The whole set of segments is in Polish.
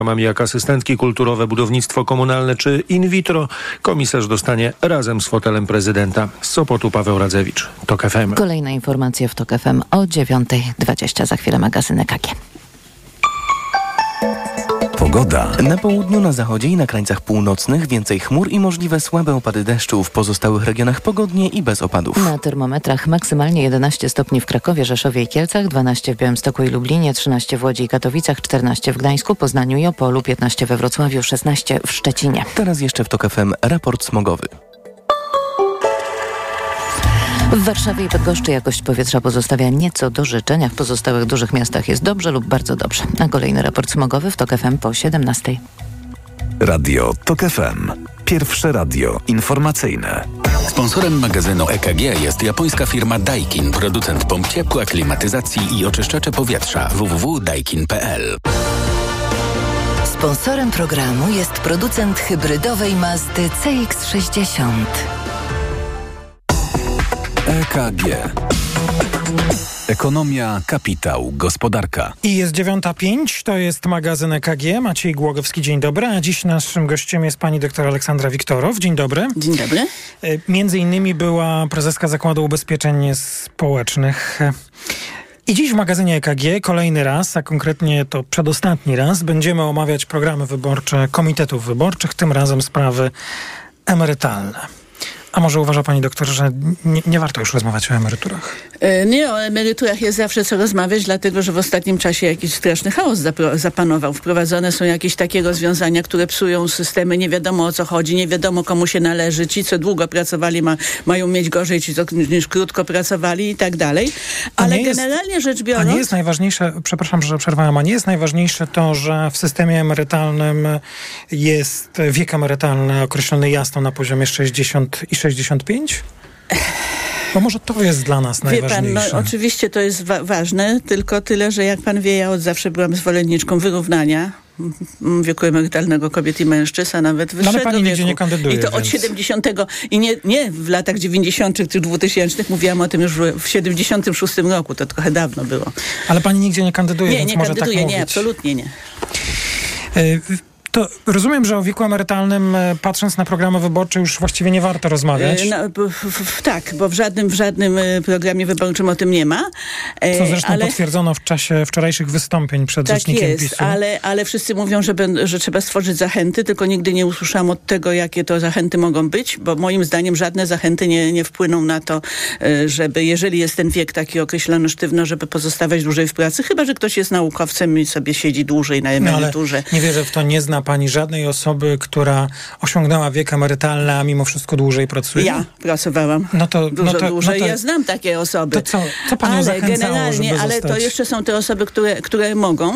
programami jak asystentki kulturowe, budownictwo komunalne czy in vitro, komisarz dostanie razem z fotelem prezydenta. Z Sopotu Paweł Radzewicz, TOK FM. Kolejne informacje w TOK FM o 9:20. Za chwilę magazyn EKG. Pogoda. Na południu, na zachodzie i na krańcach północnych więcej chmur i możliwe słabe opady deszczu. W pozostałych regionach pogodnie i bez opadów. Na termometrach maksymalnie 11 stopni w Krakowie, Rzeszowie i Kielcach, 12 w Białymstoku i Lublinie, 13 w Łodzi i Katowicach, 14 w Gdańsku, Poznaniu i Opolu, 15 we Wrocławiu, 16 w Szczecinie. Teraz jeszcze w TOK FM raport smogowy. W Warszawie i Bydgoszczy jakość powietrza pozostawia nieco do życzenia. W pozostałych dużych miastach jest dobrze lub bardzo dobrze. A kolejny raport smogowy w TOK FM po 17:00. Radio TOK FM. Pierwsze radio informacyjne. Sponsorem magazynu EKG jest japońska firma Daikin, producent pomp ciepła, klimatyzacji i oczyszczacze powietrza. www.daikin.pl. Sponsorem programu jest producent hybrydowej Mazdy CX-60. EKG. Ekonomia, kapitał, gospodarka. I jest 9:05, to jest magazyn EKG. Maciej Głogowski, dzień dobry. A dziś naszym gościem jest pani doktor Aleksandra Wiktorow. Dzień dobry. Dzień dobry. Między innymi była prezeska Zakładu Ubezpieczeń Społecznych. I dziś w magazynie EKG kolejny raz, a konkretnie to przedostatni raz, będziemy omawiać programy wyborcze komitetów wyborczych, tym razem sprawy emerytalne. A może uważa pani doktor, że nie warto już rozmawiać o emeryturach? Nie, o emeryturach jest zawsze co rozmawiać, dlatego że w ostatnim czasie jakiś straszny chaos zapanował. Wprowadzone są jakieś takie rozwiązania, które psują systemy, nie wiadomo o co chodzi, nie wiadomo komu się należy. Ci, co długo pracowali, mają mieć gorzej, ci, co niż krótko pracowali i tak dalej. Ale generalnie rzecz biorąc... A nie jest najważniejsze, przepraszam, że przerwałem, a nie jest najważniejsze to, że w systemie emerytalnym jest wiek emerytalny określony jasno na poziomie 60 i 65? Bo może to jest dla nas najważniejsze. Wie pan, no, oczywiście to jest ważne, tylko tyle, że jak pan wie, ja od zawsze byłam zwolenniczką wyrównania wieku emerytalnego kobiet i mężczyzn, a nawet wyższego ale pani wieku. nigdzie nie kandyduje. I to od 70. I nie w latach 90. czy 2000. Mówiłam o tym już w 76 roku. To trochę dawno było. Ale pani nigdzie nie kandyduje, więc nie może kandyduję, tak mówić. nie, absolutnie nie. To rozumiem, że o wieku emerytalnym, patrząc na programy wyborcze, już właściwie nie warto rozmawiać. Tak, bo w żadnym programie wyborczym o tym nie ma. Co zresztą potwierdzono w czasie wczorajszych wystąpień przed rzecznikiem PiS-u. Ale wszyscy mówią, że trzeba stworzyć zachęty, tylko nigdy nie usłyszałam od tego, jakie to zachęty mogą być, bo moim zdaniem żadne zachęty nie wpłyną na to, żeby, jeżeli jest ten wiek taki określony sztywno, żeby pozostawać dłużej w pracy, chyba że ktoś jest naukowcem i sobie siedzi dłużej na emeryturze. Ale nie wierzę w to, nie zna pani żadnej osoby, która osiągnęła wiek emerytalny, a mimo wszystko dłużej pracuje? Ja pracowałam dłużej. Ja znam takie osoby. To co panią zachęcało, generalnie, żeby ale zostać? to jeszcze są te osoby, które mogą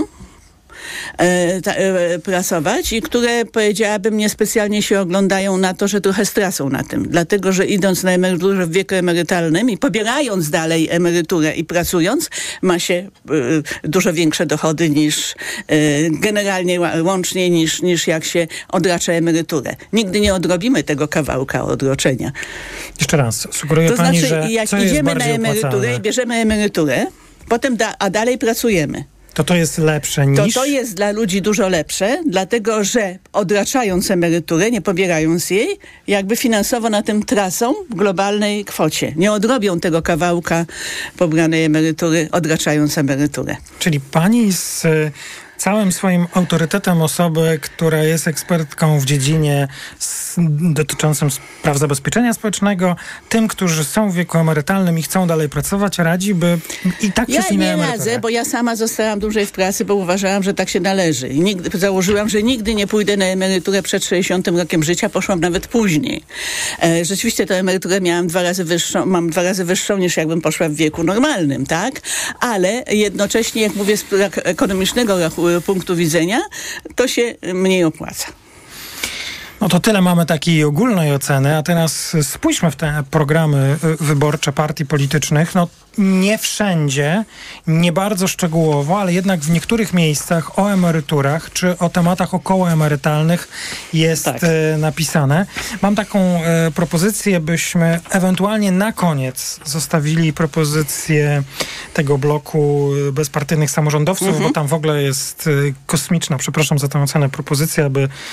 pracować i które, powiedziałabym, niespecjalnie się oglądają na to, że trochę stracą na tym. Dlatego, że idąc na emeryturę w wieku emerytalnym i pobierając dalej emeryturę i pracując, ma się dużo większe dochody niż generalnie łącznie niż jak się odracza emeryturę. Nigdy nie odrobimy tego kawałka odroczenia. Jeszcze raz, sugeruje to pani, znaczy, że jak co jest idziemy na emeryturę opłacalne? i bierzemy emeryturę, potem a dalej pracujemy. To jest lepsze niż... To jest dla ludzi dużo lepsze, dlatego że odraczając emeryturę, nie pobierając jej, jakby finansowo na tym tracą w globalnej kwocie. Nie odrobią tego kawałka pobranej emerytury, odraczając emeryturę. Czyli pani z całym swoim autorytetem osoby, która jest ekspertką w dziedzinie dotyczącym spraw zabezpieczenia społecznego, tym, którzy są w wieku emerytalnym i chcą dalej pracować, radzi, by i tak przeszli na emeryturę. Ja nie radzę, bo ja sama zostałam dłużej w pracy, bo uważałam, że tak się należy. I założyłam, że nigdy nie pójdę na emeryturę przed 60 rokiem życia, poszłam nawet później. Rzeczywiście tę emeryturę mam dwa razy wyższą niż jakbym poszła w wieku normalnym, tak? Ale jednocześnie, jak mówię, z ekonomicznego punktu widzenia, to się mniej opłaca. No to tyle mamy takiej ogólnej oceny, a teraz spójrzmy w te programy wyborcze partii politycznych. No nie wszędzie, nie bardzo szczegółowo, ale jednak w niektórych miejscach o emeryturach czy o tematach okołoemerytalnych jest napisane. Mam taką propozycję, byśmy ewentualnie na koniec zostawili propozycję tego bloku bezpartyjnych samorządowców, bo tam w ogóle jest kosmiczna, przepraszam za tę ocenę, propozycja,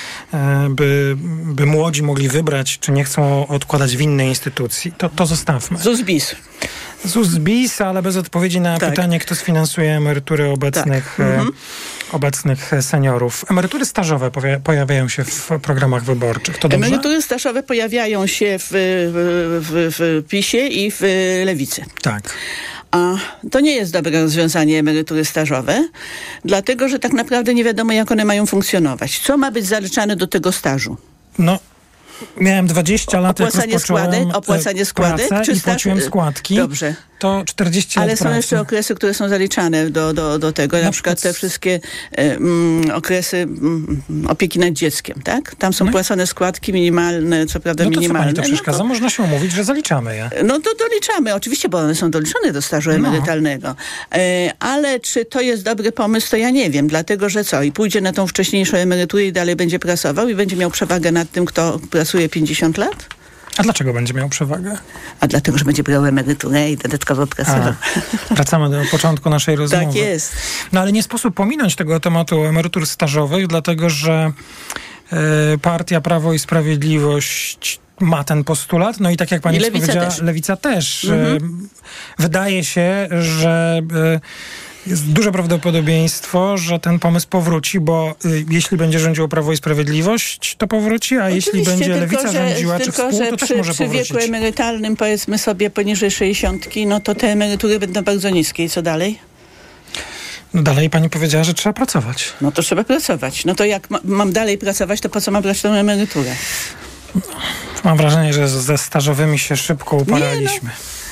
by młodzi mogli wybrać, czy nie chcą odkładać w innej instytucji. To zostawmy. ZUS-BIS, ale bez odpowiedzi na pytanie, kto sfinansuje emerytury obecnych seniorów. Emerytury stażowe pojawiają się w programach wyborczych. To dobrze? Emerytury stażowe pojawiają się w PiS-ie i w Lewicy. Tak. A to nie jest dobre rozwiązanie emerytury stażowe, dlatego, że tak naprawdę nie wiadomo, jak one mają funkcjonować. Co ma być zaliczane do tego stażu? Miałem 20 lat, opłacanie składek, czy płaciłem składki. Dobrze. To 40 lat Ale są jeszcze okresy, które są zaliczane do tego. Na przykład te wszystkie okresy opieki nad dzieckiem, tak? Tam są płacone składki minimalne, co prawda minimalne. Co pani to przeszkadza? Można się umówić, że zaliczamy je. No to doliczamy. Oczywiście, bo one są doliczone do stażu emerytalnego. Ale czy to jest dobry pomysł, to ja nie wiem. Dlatego, że i pójdzie na tą wcześniejszą emeryturę i dalej będzie pracował i będzie miał przewagę nad tym, kto pracuje 50 lat? A dlaczego będzie miał przewagę? A dlatego, że będzie brał emeryturę i dodatkowo pracował. Wracamy do początku naszej rozmowy. Tak jest. No ale nie sposób pominąć tego tematu emerytur stażowych, dlatego że partia Prawo i Sprawiedliwość ma ten postulat. No i tak jak pani powiedziała, Lewica też. Wydaje się, że jest duże prawdopodobieństwo, że ten pomysł powróci, bo jeśli będzie rządziło Prawo i Sprawiedliwość, to powróci, a jeśli będzie Lewica rządziła czy wpół, to też może powrócić. Przy wieku emerytalnym, powiedzmy sobie poniżej 60, no to te emerytury będą bardzo niskie. I co dalej? No dalej pani powiedziała, że trzeba pracować. No to trzeba pracować. No to jak mam dalej pracować, to po co mam brać tę emeryturę? Mam wrażenie, że ze stażowymi się szybko uparaliśmy.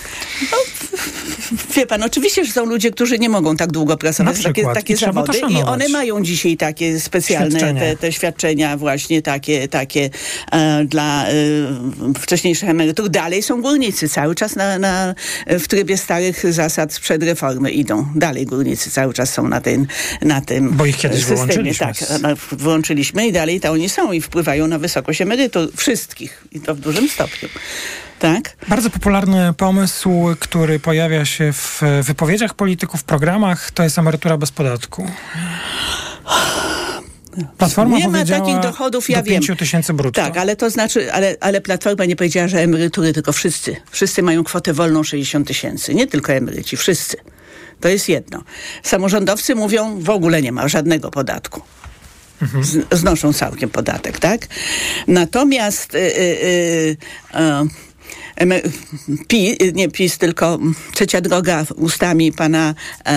Wie pan, oczywiście, że są ludzie, którzy nie mogą tak długo pracować. Takie zawody. I one mają dzisiaj takie specjalne te świadczenia właśnie takie dla wcześniejszych emerytur. Dalej są górnicy. Cały czas w trybie starych zasad sprzed reformy idą. Dalej górnicy cały czas są na tym bo ich kiedyś systemie. wyłączyliśmy. Wyłączyliśmy i dalej to oni są i wpływają na wysokość emerytur. Wszystkich. I to w dużym stopniu. Tak? Bardzo popularny pomysł, który pojawia się w wypowiedziach polityków, w programach, to jest emerytura bez podatku. Platforma nie ma takich dochodów, ja wiem. 5 000 brutto. Tak, ale to znaczy, ale Platforma nie powiedziała, że emerytury, tylko wszyscy. Wszyscy mają kwotę wolną 60 000. Nie tylko emeryci, wszyscy. To jest jedno. Samorządowcy mówią, w ogóle nie ma żadnego podatku. Znoszą całkiem podatek, tak? Natomiast PiS, tylko trzecia droga ustami pana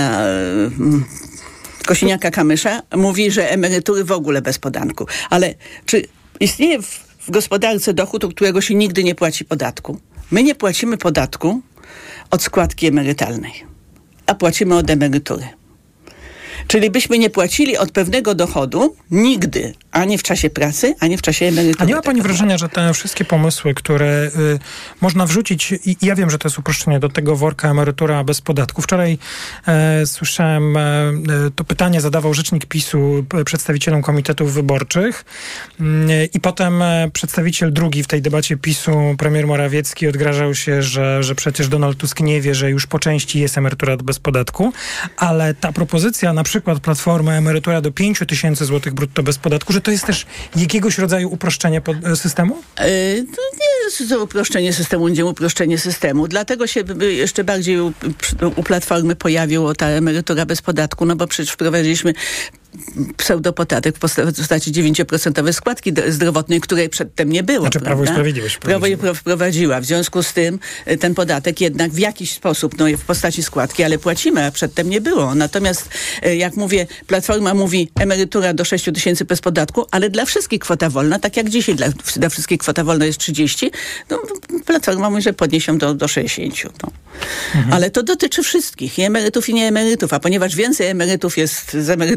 Kosiniaka-Kamysza mówi, że emerytury w ogóle bez podatku. Ale czy istnieje w gospodarce dochód, od którego się nigdy nie płaci podatku? My nie płacimy podatku od składki emerytalnej, a płacimy od emerytury. Czyli byśmy nie płacili od pewnego dochodu nigdy, ani w czasie pracy, ani w czasie emerytury. A nie ma pani wrażenia, że te wszystkie pomysły, które można wrzucić, i ja wiem, że to jest uproszczenie, do tego worka emerytura bez podatku. Wczoraj słyszałem, to pytanie zadawał rzecznik PiS-u przedstawicielom komitetów wyborczych i potem przedstawiciel drugi w tej debacie PiS-u, premier Morawiecki, odgrażał się, że przecież Donald Tusk nie wie, że już po części jest emerytura bez podatku, ale ta propozycja, na przykład Platformy, emerytura do 5 000 złotych brutto bez podatku, że to jest też jakiegoś rodzaju uproszczenie systemu? To nie jest uproszczenie systemu, nie uproszczenie systemu. Dlatego się jeszcze bardziej u Platformy pojawiła ta emerytura bez podatku, no bo przecież wprowadziliśmy pseudopodatek w postaci 9% składki zdrowotnej, której przedtem nie było. Znaczy Prawo i Sprawiedliwość wprowadziła. W związku z tym ten podatek jednak w jakiś sposób, no w postaci składki, ale płacimy, a przedtem nie było. Natomiast jak mówię, Platforma mówi emerytura do 6 000 bez podatku, ale dla wszystkich kwota wolna, tak jak dzisiaj dla wszystkich kwota wolna jest 30, no Platforma mówi, że podniesią do 60. No. Ale to dotyczy wszystkich, i emerytów, i nieemerytów, a ponieważ więcej emerytów jest z emeryturami do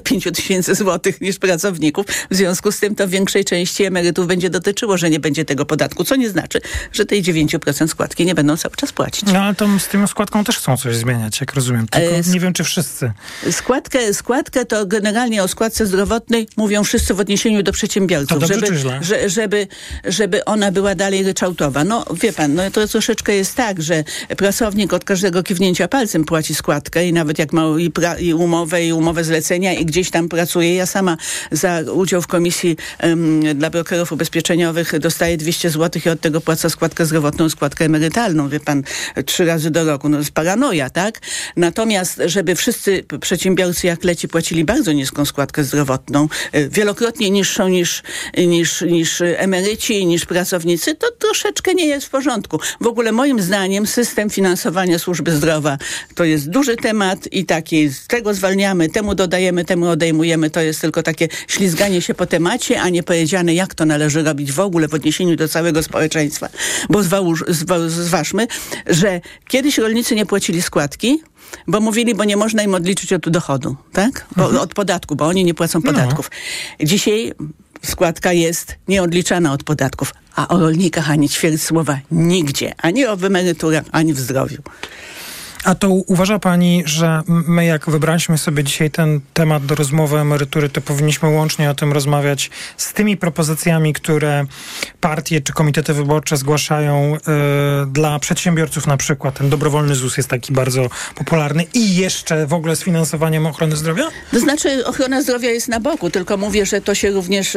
5 000 złotych niż pracowników. W związku z tym to w większej części emerytów będzie dotyczyło, że nie będzie tego podatku, co nie znaczy, że tej 9% składki nie będą cały czas płacić. No ale to z tą składką też chcą coś zmieniać, jak rozumiem. Tylko nie wiem, czy wszyscy. Składkę to generalnie o składce zdrowotnej mówią wszyscy w odniesieniu do przedsiębiorców, To dobrze, czy źle? żeby ona była dalej ryczałtowa. No wie pan, no to troszeczkę jest tak, że pracownik od każdego kiwnięcia palcem płaci składkę i nawet jak ma i umowę zlecenia i gdzieś tam pracuje. Ja sama za udział w komisji dla brokerów ubezpieczeniowych dostaję 200 zł i od tego płacę składkę zdrowotną, składkę emerytalną. Wie pan, 3 razy do roku. No to jest paranoja, tak? Natomiast, żeby wszyscy przedsiębiorcy jak leci płacili bardzo niską składkę zdrowotną, wielokrotnie niższą niż emeryci, niż pracownicy, to troszeczkę nie jest w porządku. W ogóle moim zdaniem system finansowania służby zdrowia to jest duży temat i taki, z tego zwalniamy, temu dodajemy, temu odejmujemy. To jest tylko takie ślizganie się po temacie, a nie powiedziane, jak to należy robić w ogóle w odniesieniu do całego społeczeństwa. Bo zważmy, że kiedyś rolnicy nie płacili składki, bo mówili, bo nie można im odliczyć od dochodu, tak? Od podatku, bo oni nie płacą podatków. Dzisiaj składka jest nieodliczana od podatków, a o rolnikach ani ćwierć słowa nigdzie, ani o emeryturach, ani w zdrowiu. A to uważa pani, że my jak wybraliśmy sobie dzisiaj ten temat do rozmowy emerytury, to powinniśmy łącznie o tym rozmawiać z tymi propozycjami, które partie czy komitety wyborcze zgłaszają dla przedsiębiorców na przykład. Ten dobrowolny ZUS jest taki bardzo popularny i jeszcze w ogóle z finansowaniem ochrony zdrowia? To znaczy ochrona zdrowia jest na boku, tylko mówię, że to się również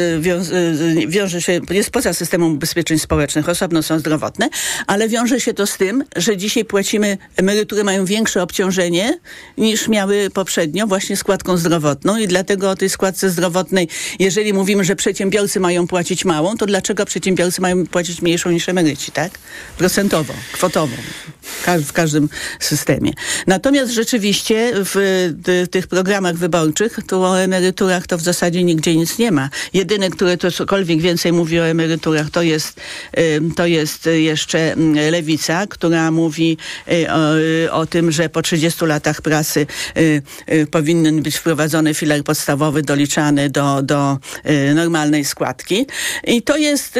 wiąże się, jest poza systemem ubezpieczeń społecznych, osobno są zdrowotne, ale wiąże się to z tym, że dzisiaj płacimy emerytury mają większe obciążenie niż miały poprzednio właśnie składką zdrowotną i dlatego o tej składce zdrowotnej, jeżeli mówimy, że przedsiębiorcy mają płacić małą, to dlaczego przedsiębiorcy mają płacić mniejszą niż emeryci, tak? Procentowo, kwotowo. W każdym systemie. Natomiast rzeczywiście w tych programach wyborczych to o emeryturach to w zasadzie nigdzie nic nie ma. Jedyne, które to cokolwiek więcej mówi o emeryturach, to jest jeszcze Lewica, która mówi o tym, że po 30 latach pracy powinien być wprowadzony filar podstawowy doliczany do normalnej składki. I to jest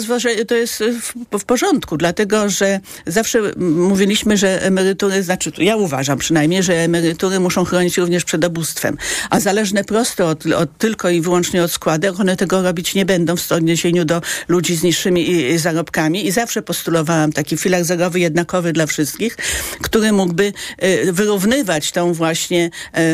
w porządku, dlatego, że zawsze mówiliśmy, że emerytury, znaczy ja uważam przynajmniej, że emerytury muszą chronić również przed ubóstwem, a zależne prosto tylko i wyłącznie od składek, one tego robić nie będą w odniesieniu do ludzi z niższymi zarobkami i zawsze postulowałam taki filar zerowy jednakowy dla wszystkich, który mógłby wyrównywać tą właśnie,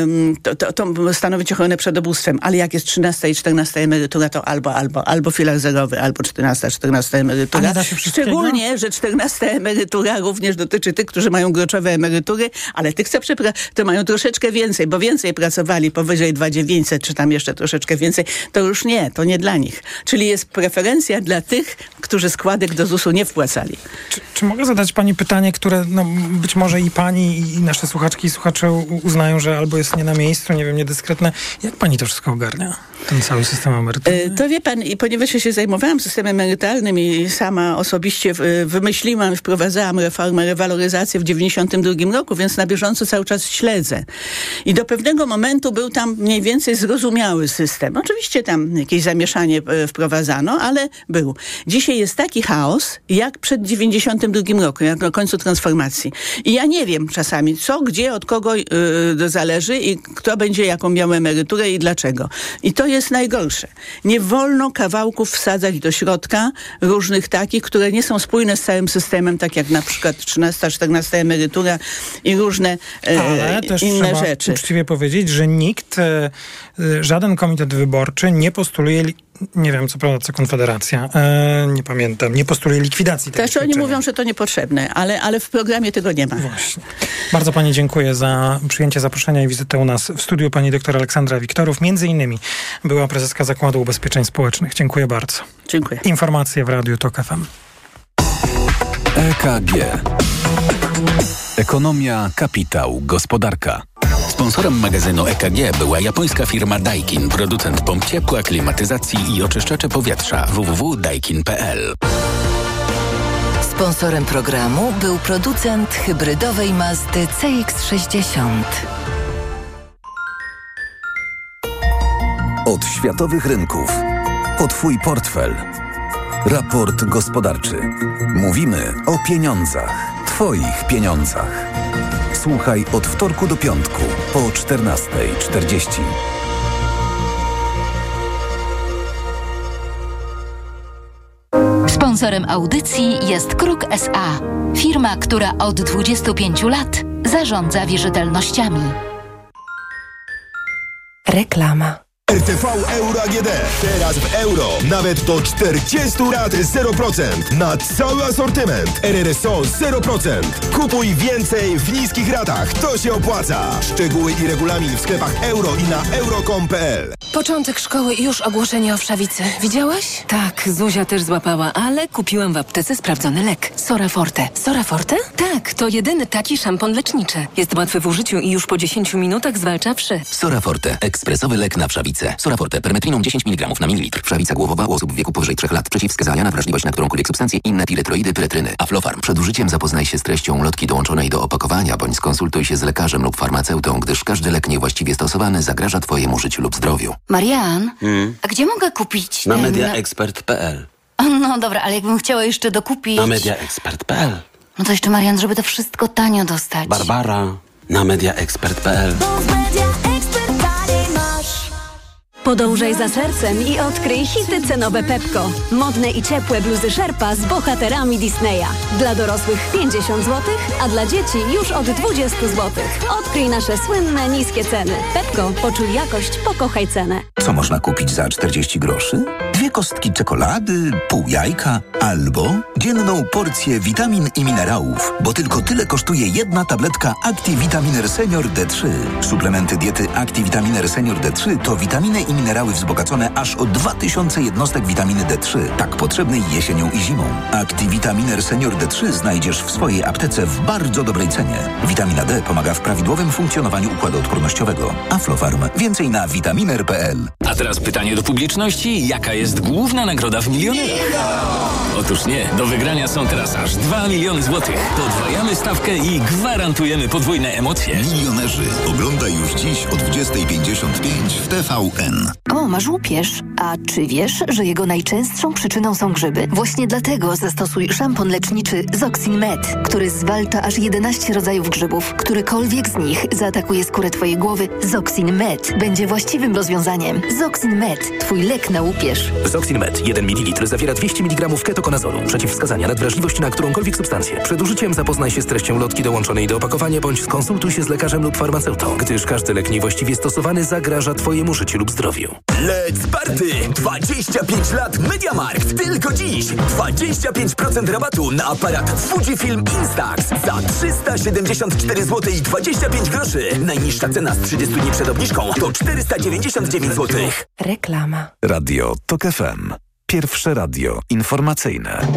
stanowić ochronę przed ubóstwem, ale jak jest 13 i 14 emerytura, to albo filar zerowy, albo 14 emerytura. Szczególnie, że 14 emerytura również dotyczy tych, którzy mają groszowe emerytury, ale tych, to mają troszeczkę więcej, bo więcej pracowali powyżej 2900, czy tam jeszcze troszeczkę więcej, to już nie, to nie dla nich. Czyli jest preferencja dla tych, którzy składek do ZUS-u nie wpłacali. Czy mogę zadać pani pytanie, które być może i pani, i nasze słuchaczki i słuchacze uznają, że albo jest nie na miejscu, nie wiem, niedyskretne. Jak pani to wszystko ogarnia? Ten cały system emerytalny? To wie pan, i ponieważ ja się zajmowałam systemem emerytalnym i sama osobiście wymyśliłam i wprowadzałam reformę, rewaloryzację w 92 roku, więc na bieżąco cały czas śledzę. I do pewnego momentu był tam mniej więcej zrozumiały system. Oczywiście tam jakieś zamieszanie wprowadzano, ale był. Dzisiaj jest taki chaos, jak przed 92 roku, jak na końcu transformacji. I ja nie wiem czasami, co, gdzie, od kogo zależy i kto będzie jaką miał emeryturę i dlaczego. I to jest najgorsze. Nie wolno kawałków wsadzać do środka różnych takich, które nie są spójne z całym systemem, tak jak na przykład 13, 14 emerytura i różne ale też inne trzeba rzeczy. uczciwie powiedzieć, że nikt, żaden komitet wyborczy nie postuluje, nie wiem, co prawda, co Konfederacja, nie pamiętam, nie postuluje likwidacji tego Znaczy oni mówią, że to niepotrzebne, ale w programie tego nie ma. Właśnie. Bardzo pani dziękuję za przyjęcie zaproszenia i wizytę u nas w studiu. Pani doktor Aleksandra Wiktorów, między innymi była prezeska Zakładu Ubezpieczeń Społecznych. Dziękuję bardzo. Dziękuję. Informacje w Radiu TOK FM. EKG. Ekonomia, kapitał, gospodarka. Sponsorem magazynu EKG była japońska firma Daikin, producent pomp ciepła, klimatyzacji i oczyszczacze powietrza. www.daikin.pl. Sponsorem programu był producent hybrydowej Mazdy CX-60. Od światowych rynków. O Twój portfel. Raport gospodarczy. Mówimy o pieniądzach. Twoich pieniądzach. Słuchaj od wtorku do piątku po 14:40. Sponsorem audycji jest Kruk S.A., firma, która od 25 lat zarządza wierzytelnościami. Reklama. RTV Euro AGD. Teraz w euro. Nawet do 40 rat 0%. Na cały asortyment. RRSO 0%. Kupuj więcej w niskich ratach. To się opłaca. Szczegóły i regulamin w sklepach euro i na euro.com.pl. Początek szkoły i już ogłoszenie o wszawicy. Widziałaś? Tak, Zuzia też złapała, ale kupiłam w aptece sprawdzony lek. Soraforte. Soraforte? Tak, to jedyny taki szampon leczniczy. Jest łatwy w użyciu i już po 10 minutach zwalcza wszy. Soraforte. Ekspresowy lek na wszawicę. Soraforte. Permetriną 10 mg na mililitr. Wszawica głowowa u osób w wieku powyżej 3 lat. Przeciwwskazania na wrażliwość na którąkolwiek substancję. Inne piretroidy, piretryny. Aflofarm. Przed użyciem zapoznaj się z treścią ulotki dołączonej do opakowania, bądź skonsultuj się z lekarzem lub farmaceutą, gdyż każdy lek niewłaściwie stosowany zagraża Twojemu życiu lub zdrowiu. Marian, a gdzie mogę kupić Na mediaexpert.pl. No dobra, ale jakbym chciała jeszcze dokupić... Na mediaexpert.pl. No to jeszcze, Marian, żeby to wszystko tanio dostać. Barbara. Na mediaexpert.pl. Podążaj za sercem i odkryj hity cenowe Pepko. Modne i ciepłe bluzy Sherpa z bohaterami Disneya. Dla dorosłych 50 zł, a dla dzieci już od 20 zł. Odkryj nasze słynne niskie ceny. Pepko, poczuj jakość, pokochaj cenę. Co można kupić za 40 groszy? 2 kostki czekolady, pół jajka albo dzienną porcję witamin i minerałów, bo tylko tyle kosztuje jedna tabletka Activitaminer Senior D3. Suplementy diety Activitaminer Senior D3 to witaminy i minerały wzbogacone aż o 2000 jednostek witaminy D3, tak potrzebnej jesienią i zimą. Activitaminer Senior D3 znajdziesz w swojej aptece w bardzo dobrej cenie. Witamina D pomaga w prawidłowym funkcjonowaniu układu odpornościowego. Aflofarm. Więcej na vitaminer.pl. A teraz pytanie do publiczności. Jaka jest główna nagroda w Milionerach? Otóż nie. Do wygrania są teraz aż 2 miliony złotych. Podwajamy stawkę i gwarantujemy podwójne emocje. Milionerzy. Oglądaj już dziś o 20:55 w TVN. O, masz łupież. A czy wiesz, że jego najczęstszą przyczyną są grzyby? Właśnie dlatego zastosuj szampon leczniczy Zoxin Med, który zwalcza aż 11 rodzajów grzybów. Którykolwiek z nich zaatakuje skórę twojej głowy, Zoxin Med będzie właściwym rozwiązaniem. Zoxin Med, twój lek na łupież. Zoxin Med 1 ml zawiera 200 mg ketokonazolu. Przeciwwskazania na wrażliwość na którąkolwiek substancję. Przed użyciem zapoznaj się z treścią ulotki dołączonej do opakowania bądź skonsultuj się z lekarzem lub farmaceutą, gdyż każdy lek niewłaściwie stosowany zagraża Twojemu życiu lub zdrowiu. Let's party! 25 lat MediaMarkt. Tylko dziś 25% rabatu na aparat Fujifilm Instax za 374 zł i 25 groszy. Najniższa cena z 30 dni przed obniżką to 499 zł. Reklama. Radio TOK FM. Pierwsze radio informacyjne.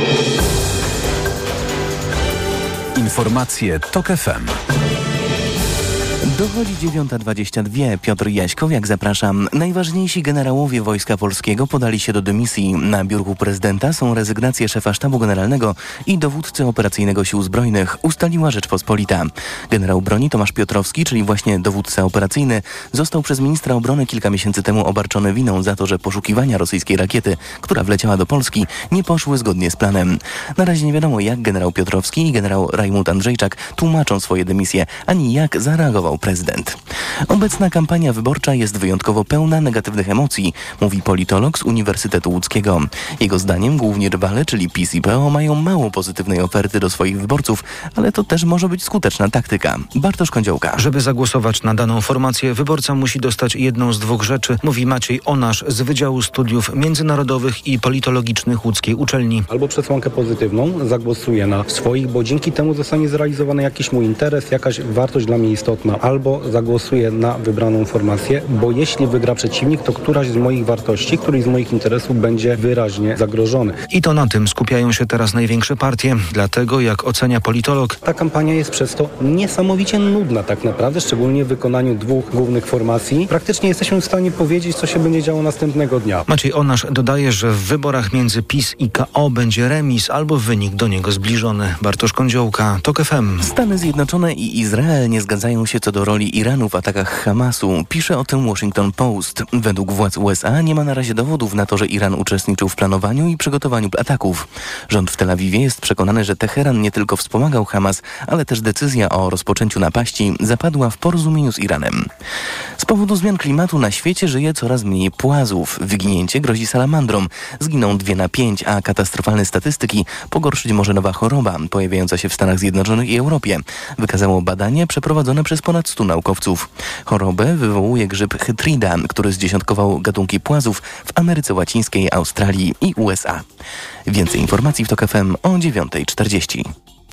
Informacje TOK FM. Dochodzi 9:22. Piotr Jaśkowiak, zapraszam. Najważniejsi generałowie Wojska Polskiego podali się do dymisji. Na biurku prezydenta są rezygnacje szefa Sztabu Generalnego i dowódcy operacyjnego Sił Zbrojnych, ustaliła Rzeczpospolita. Generał broni Tomasz Piotrowski, czyli właśnie dowódca operacyjny, został przez ministra obrony kilka miesięcy temu obarczony winą za to, że poszukiwania rosyjskiej rakiety, która wleciała do Polski, nie poszły zgodnie z planem. Na razie nie wiadomo, jak generał Piotrowski i generał Rajmund Andrzejczak tłumaczą swoje dymisje, ani jak zareagował prezydent. Obecna kampania wyborcza jest wyjątkowo pełna negatywnych emocji, mówi politolog z Uniwersytetu Łódzkiego. Jego zdaniem główni rywale, czyli PiS i PO, mają mało pozytywnej oferty do swoich wyborców, ale to też może być skuteczna taktyka. Bartosz Kądziołka. Żeby zagłosować na daną formację, wyborca musi dostać jedną z dwóch rzeczy, mówi Maciej Onasz z Wydziału Studiów Międzynarodowych i Politologicznych Łódzkiej Uczelni. Albo przesłankę pozytywną, zagłosuje na swoich, bo dzięki temu zostanie zrealizowany jakiś mój interes, jakaś wartość dla mnie istotna. Albo zagłosuję na wybraną formację, bo jeśli wygra przeciwnik, to któraś z moich wartości, któryś z moich interesów będzie wyraźnie zagrożony. I to na tym skupiają się teraz największe partie. Dlatego, jak ocenia politolog, ta kampania jest przez to niesamowicie nudna tak naprawdę, szczególnie w wykonaniu dwóch głównych formacji. Praktycznie jesteśmy w stanie powiedzieć, co się będzie działo następnego dnia. Maciej Onasz dodaje, że w wyborach między PiS i KO będzie remis albo wynik do niego zbliżony. Bartosz Kądziołka, TOK FM. Stany Zjednoczone i Izrael nie zgadzają się co do do roli Iranu w atakach Hamasu. Pisze o tym Washington Post. Według władz USA nie ma na razie dowodów na to, że Iran uczestniczył w planowaniu i przygotowaniu ataków. Rząd w Tel Awiwie jest przekonany, że Teheran nie tylko wspomagał Hamas, ale też decyzja o rozpoczęciu napaści zapadła w porozumieniu z Iranem. Z powodu zmian klimatu na świecie żyje coraz mniej płazów. Wyginięcie grozi salamandrom. Zginą 2 na 5, a katastrofalne statystyki pogorszyć może nowa choroba pojawiająca się w Stanach Zjednoczonych i Europie. Wykazało badanie przeprowadzone przez ponad 100 naukowców. Chorobę wywołuje grzyb Chytrida, który zdziesiątkował gatunki płazów w Ameryce Łacińskiej, Australii i USA. Więcej informacji w TOK FM o 9:40.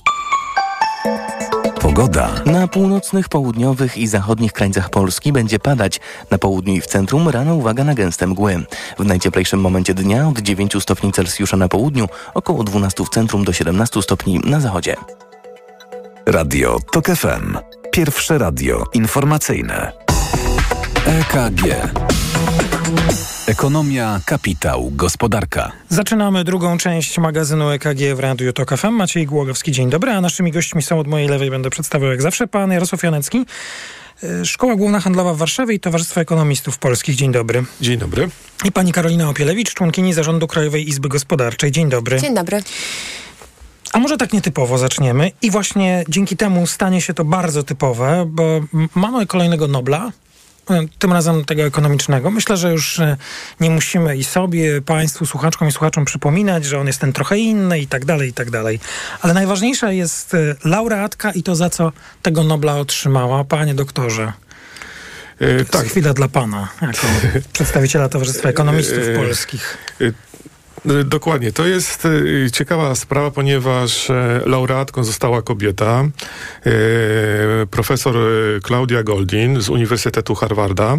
Pogoda. Na północnych, południowych i zachodnich krańcach Polski będzie padać. Na południu i w centrum rano uwaga na gęste mgły. W najcieplejszym momencie dnia od 9 stopni Celsjusza na południu, około 12 w centrum do 17 stopni na zachodzie. Radio TOK FM. Pierwsze radio informacyjne. EKG. Ekonomia, kapitał, gospodarka. Zaczynamy drugą część magazynu EKG w Radiu TOK FM. Maciej Głogowski, dzień dobry, a naszymi gośćmi są od mojej lewej, będę przedstawiał jak zawsze, pan Jarosław Janecki, Szkoła Główna Handlowa w Warszawie i Towarzystwo Ekonomistów Polskich. Dzień dobry. Dzień dobry. I pani Karolina Opielewicz, członkini Zarządu Krajowej Izby Gospodarczej. Dzień dobry. Dzień dobry. A może tak nietypowo zaczniemy i właśnie dzięki temu stanie się to bardzo typowe, bo mamy kolejnego Nobla, tym razem tego ekonomicznego. Myślę, że już nie musimy i sobie, państwu, słuchaczkom i słuchaczom przypominać, że on jest ten trochę inny i tak dalej, i tak dalej. Ale najważniejsza jest laureatka i to, za co tego Nobla otrzymała. Panie doktorze, tak. Chwila dla pana, jako przedstawiciela Towarzystwa Ekonomistów Polskich. Dokładnie. To jest ciekawa sprawa, ponieważ laureatką została kobieta, profesor Claudia Goldin z Uniwersytetu Harvarda.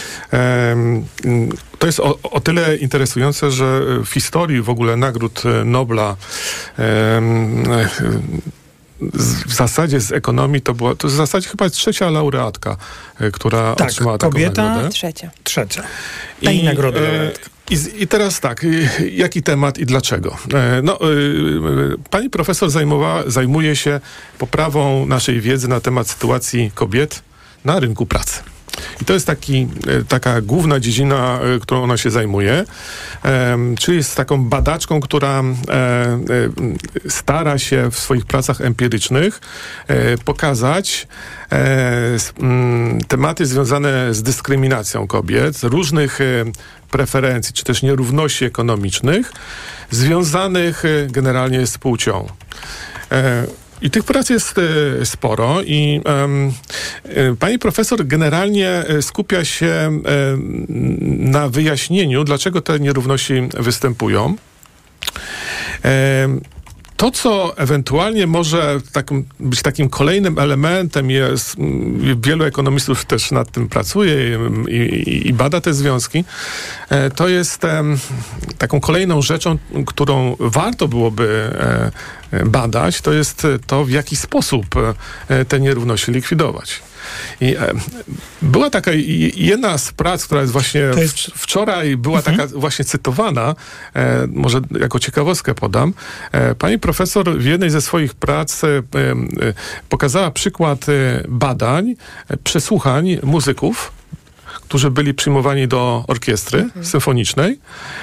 To jest o tyle interesujące, że w historii w ogóle nagród Nobla w zasadzie z ekonomii to w zasadzie chyba trzecia laureatka, która otrzymała taką nagrodę. Trzecia. Tej nagrody laureatka. I teraz tak, jaki temat i dlaczego? Pani profesor zajmuje się poprawą naszej wiedzy na temat sytuacji kobiet na rynku pracy. I to jest taka główna dziedzina, którą ona się zajmuje, czyli jest taką badaczką, która stara się w swoich pracach empirycznych pokazać tematy związane z dyskryminacją kobiet, różnych preferencji, czy też nierówności ekonomicznych, związanych generalnie z płcią. I tych prac jest sporo i pani profesor generalnie skupia się na wyjaśnieniu, dlaczego te nierówności występują. To, co ewentualnie może być takim kolejnym elementem, wielu ekonomistów też nad tym pracuje i bada te związki, to jest taką kolejną rzeczą, którą warto byłoby badać, to jest to, w jaki sposób te nierówności likwidować. I była taka jedna z prac, która jest właśnie wczoraj była taka właśnie cytowana, może jako ciekawostkę podam. Pani profesor w jednej ze swoich prac pokazała przykład badań, przesłuchań muzyków, którzy byli przyjmowani do orkiestry symfonicznej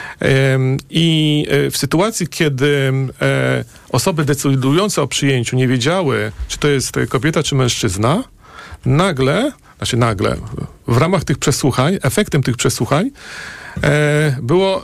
i w sytuacji, kiedy osoby decydujące o przyjęciu nie wiedziały, czy to jest kobieta, czy mężczyzna, nagle, w ramach tych przesłuchań, efektem tych przesłuchań było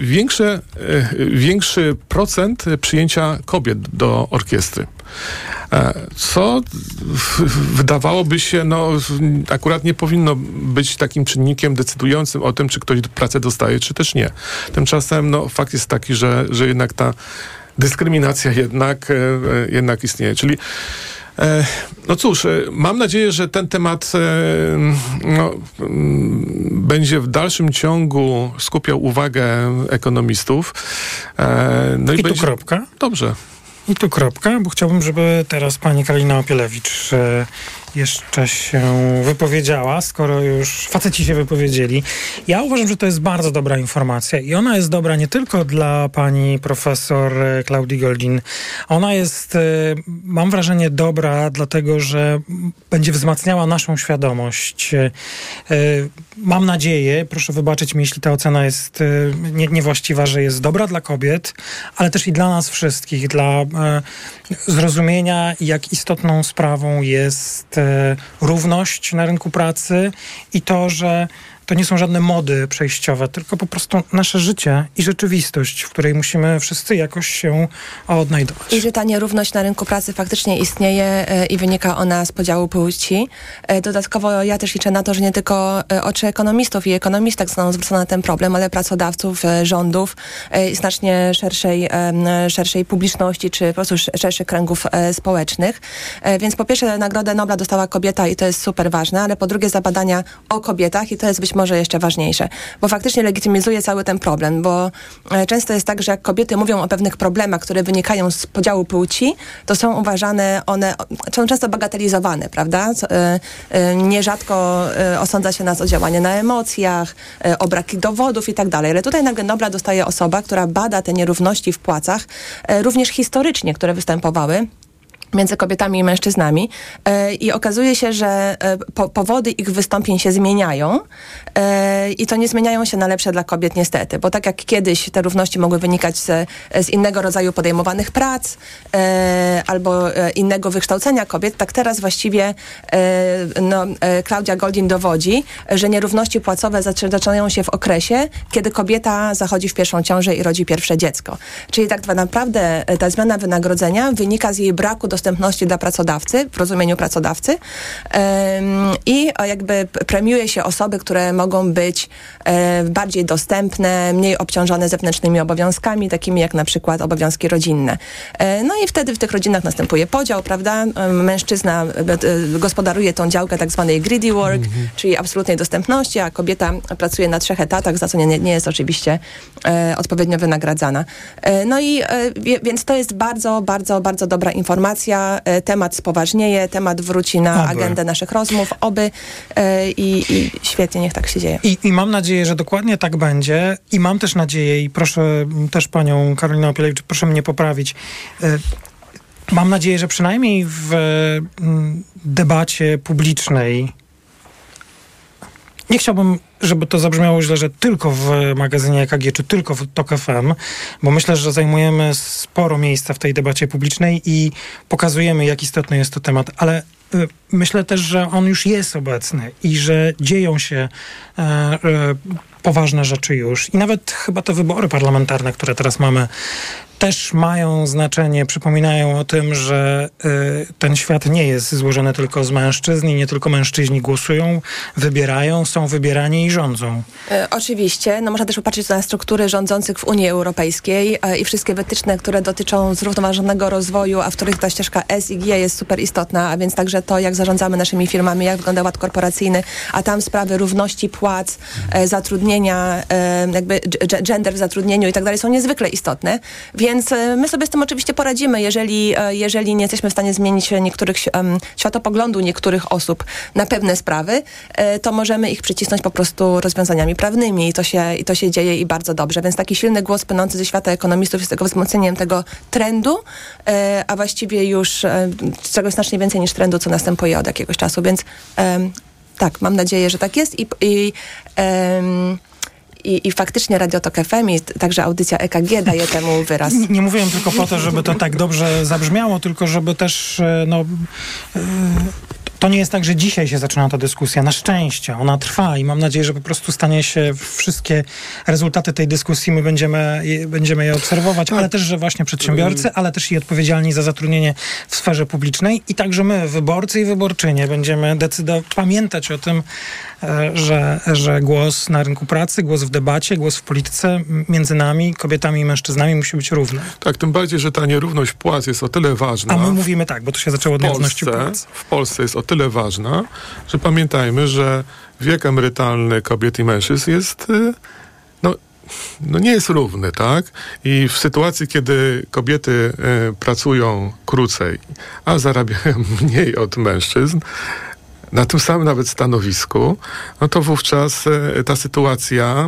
większy procent przyjęcia kobiet do orkiestry. Co wydawałoby się, akurat nie powinno być takim czynnikiem decydującym o tym, czy ktoś pracę dostaje, czy też nie. Tymczasem fakt jest taki, że jednak ta dyskryminacja jednak istnieje. Czyli cóż, mam nadzieję, że ten temat będzie w dalszym ciągu skupiał uwagę ekonomistów. I tu kropka. Dobrze. I tu kropka, bo chciałbym, żeby teraz pani Karolina Opielewicz jeszcze się wypowiedziała, skoro już faceci się wypowiedzieli. Ja uważam, że to jest bardzo dobra informacja i ona jest dobra nie tylko dla pani profesor Klaudii Goldin. Ona jest, mam wrażenie, dobra dlatego, że będzie wzmacniała naszą świadomość. Mam nadzieję, proszę wybaczyć mi, jeśli ta ocena jest niewłaściwa, że jest dobra dla kobiet, ale też i dla nas wszystkich, dla zrozumienia, jak istotną sprawą jest równość na rynku pracy i to, że to nie są żadne mody przejściowe, tylko po prostu nasze życie i rzeczywistość, w której musimy wszyscy jakoś się odnajdować. I że ta nierówność na rynku pracy faktycznie istnieje i wynika ona z podziału płci. Dodatkowo ja też liczę na to, że nie tylko oczy ekonomistów i ekonomistek zostaną zwrócone na ten problem, ale pracodawców, rządów i znacznie szerszej publiczności, czy po prostu szerszych kręgów społecznych. Więc po pierwsze Nagrodę Nobla dostała kobieta i to jest super ważne, ale po drugie za badania o kobietach i to jest być może jeszcze ważniejsze, bo faktycznie legitymizuje cały ten problem, bo często jest tak, że jak kobiety mówią o pewnych problemach, które wynikają z podziału płci, to są uważane, są często bagatelizowane, prawda? Nierzadko osądza się nas o działanie na emocjach, o braki dowodów i tak dalej, ale tutaj nagle Nobla dostaje osoba, która bada te nierówności w płacach, również historycznie, które występowały między kobietami i mężczyznami i okazuje się, że powody ich wystąpień się zmieniają i to nie zmieniają się na lepsze dla kobiet niestety, bo tak jak kiedyś te równości mogły wynikać z innego rodzaju podejmowanych prac albo innego wykształcenia kobiet, tak teraz właściwie Klaudia Goldin dowodzi, że nierówności płacowe zaczynają się w okresie, kiedy kobieta zachodzi w pierwszą ciążę i rodzi pierwsze dziecko. Czyli tak naprawdę ta zmiana wynagrodzenia wynika z jej braku dostępności dla pracodawcy, w rozumieniu pracodawcy i jakby premiuje się osoby, które mogą być bardziej dostępne, mniej obciążone zewnętrznymi obowiązkami, takimi jak na przykład obowiązki rodzinne. No i wtedy w tych rodzinach następuje podział, prawda? Mężczyzna gospodaruje tą działkę tak zwanej greedy work, czyli absolutnej dostępności, a kobieta pracuje na 3 etatach, za co nie jest oczywiście odpowiednio wynagradzana. No i więc to jest bardzo, bardzo, bardzo dobra informacja. Temat spoważnieje, temat wróci na agendę naszych rozmów, i świetnie, niech tak się dzieje. I mam nadzieję, że dokładnie tak będzie i mam też nadzieję i proszę też panią Karolinę Opielewicz, proszę mnie poprawić. Mam nadzieję, że przynajmniej w debacie publicznej nie chciałbym, żeby to zabrzmiało źle, że tylko w magazynie EKG, czy tylko w TOK FM, bo myślę, że zajmujemy sporo miejsca w tej debacie publicznej i pokazujemy, jak istotny jest to temat, ale myślę też, że on już jest obecny i że dzieją się poważne rzeczy już. I nawet chyba te wybory parlamentarne, które teraz mamy, też mają znaczenie, przypominają o tym, że ten świat nie jest złożony tylko z mężczyzn i nie tylko mężczyźni głosują, wybierają, są wybierani i rządzą. Oczywiście. No można też popatrzeć na struktury rządzących w Unii Europejskiej i wszystkie wytyczne, które dotyczą zrównoważonego rozwoju, a w których ta ścieżka S i G jest super istotna, a więc także to, jak zarządzamy naszymi firmami, jak wygląda ład korporacyjny, a tam sprawy równości płac, zatrudnienia, jakby gender w zatrudnieniu i tak dalej są niezwykle istotne. Więc my sobie z tym oczywiście poradzimy, jeżeli nie jesteśmy w stanie zmienić niektórych światopoglądu niektórych osób na pewne sprawy, to możemy ich przycisnąć po prostu rozwiązaniami prawnymi i to się dzieje i bardzo dobrze. Więc taki silny głos płynący ze świata ekonomistów jest tego wzmocnieniem tego trendu, a właściwie już czegoś znacznie więcej niż trendu, co następuje od jakiegoś czasu. Więc tak, mam nadzieję, że tak jest i faktycznie Radio TOK FM i także audycja EKG daje temu wyraz. Nie mówiłem tylko po to, żeby to tak dobrze zabrzmiało, tylko żeby też to nie jest tak, że dzisiaj się zaczyna ta dyskusja. Na szczęście ona trwa i mam nadzieję, że po prostu stanie się wszystkie rezultaty tej dyskusji, my będziemy je obserwować, ale też, że właśnie przedsiębiorcy, ale też i odpowiedzialni za zatrudnienie w sferze publicznej i także my, wyborcy i wyborczynie, będziemy pamiętać o tym, że głos na rynku pracy, głos w debacie, głos w polityce między nami, kobietami i mężczyznami musi być równy. Tak, tym bardziej, że ta nierówność płac jest o tyle ważna. A my mówimy tak, bo to się zaczęło od nierówności płac. W Polsce jest o tyle ważna, że pamiętajmy, że wiek emerytalny kobiet i mężczyzn jest nie jest równy, tak? I w sytuacji, kiedy kobiety pracują krócej, a zarabiają mniej od mężczyzn, na tym samym nawet stanowisku, no to wówczas ta sytuacja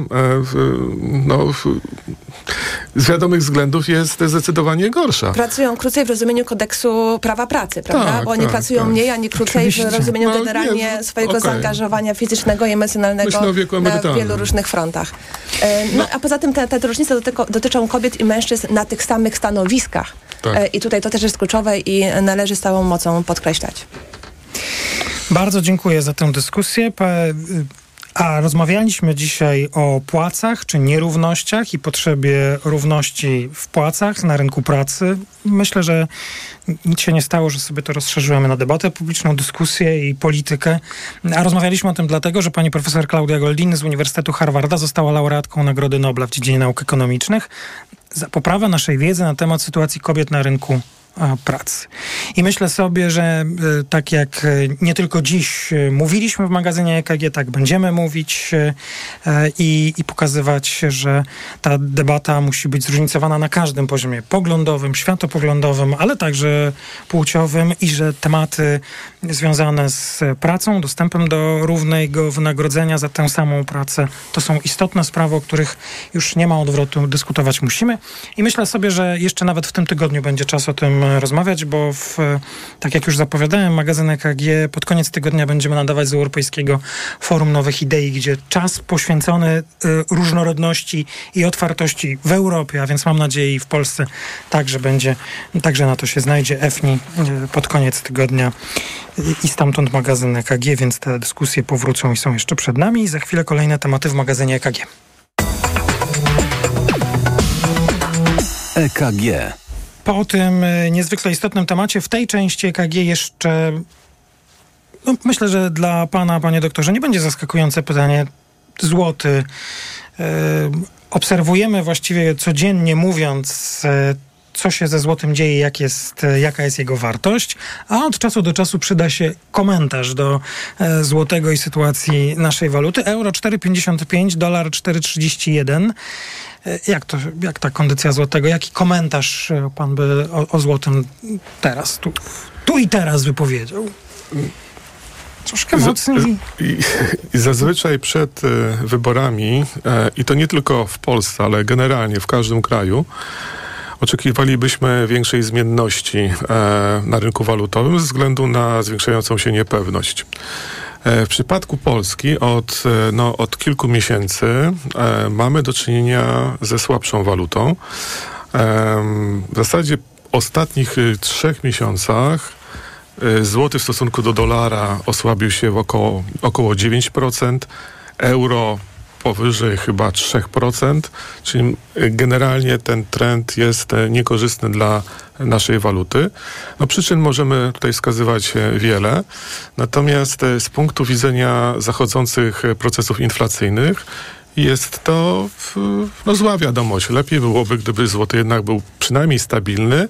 z wiadomych względów jest zdecydowanie gorsza. Pracują krócej w rozumieniu kodeksu prawa pracy, prawda? Tak, bo oni pracują mniej, a nie krócej oczywiście. W rozumieniu generalnie swojego zaangażowania fizycznego i emocjonalnego na wielu różnych frontach. A poza tym te różnice dotyczą kobiet i mężczyzn na tych samych stanowiskach. Tak. I tutaj to też jest kluczowe i należy z całą mocą podkreślać. Bardzo dziękuję za tę dyskusję. A rozmawialiśmy dzisiaj o płacach czy nierównościach i potrzebie równości w płacach na rynku pracy. Myślę, że nic się nie stało, że sobie to rozszerzyłem na debatę publiczną, dyskusję i politykę. A rozmawialiśmy o tym dlatego, że pani profesor Klaudia Goldin z Uniwersytetu Harvarda została laureatką Nagrody Nobla w dziedzinie nauk ekonomicznych za poprawę naszej wiedzy na temat sytuacji kobiet na rynku pracy. I myślę sobie, że tak jak nie tylko dziś mówiliśmy w magazynie EKG, tak będziemy mówić i pokazywać, że ta debata musi być zróżnicowana na każdym poziomie poglądowym, światopoglądowym, ale także płciowym i że tematy związane z pracą, dostępem do równego wynagrodzenia za tę samą pracę, to są istotne sprawy, o których już nie ma odwrotu, dyskutować musimy. I myślę sobie, że jeszcze nawet w tym tygodniu będzie czas o tym rozmawiać, bo tak jak już zapowiadałem, magazyn EKG pod koniec tygodnia będziemy nadawać z Europejskiego Forum Nowych Idei, gdzie czas poświęcony różnorodności i otwartości w Europie, a więc mam nadzieję i w Polsce także na to się znajdzie EFNI pod koniec tygodnia i stamtąd magazyn EKG, więc te dyskusje powrócą i są jeszcze przed nami i za chwilę kolejne tematy w magazynie EKG. EKG. Po tym niezwykle istotnym temacie w tej części EKG jeszcze myślę, że dla pana, panie doktorze, nie będzie zaskakujące pytanie. Złoty. Obserwujemy właściwie codziennie mówiąc, co się ze złotym dzieje, jaka jest jego wartość, a od czasu do czasu przyda się komentarz do złotego i sytuacji naszej waluty. Euro 4,55, dolar 4,31. Jak ta kondycja złotego? Jaki komentarz pan by o złotym teraz, tu i teraz wypowiedział? Troszkę mocniej. I zazwyczaj przed wyborami, i to nie tylko w Polsce, ale generalnie w każdym kraju, oczekiwalibyśmy większej zmienności na rynku walutowym ze względu na zwiększającą się niepewność. W przypadku Polski od kilku miesięcy mamy do czynienia ze słabszą walutą. W zasadzie w ostatnich 3 miesiącach złoty w stosunku do dolara osłabił się w około 9%, euro powyżej chyba 3%, czyli generalnie ten trend jest niekorzystny dla naszej waluty. Przyczyn możemy tutaj wskazywać wiele, natomiast z punktu widzenia zachodzących procesów inflacyjnych jest to zła wiadomość. Lepiej byłoby, gdyby złoty jednak był przynajmniej stabilny,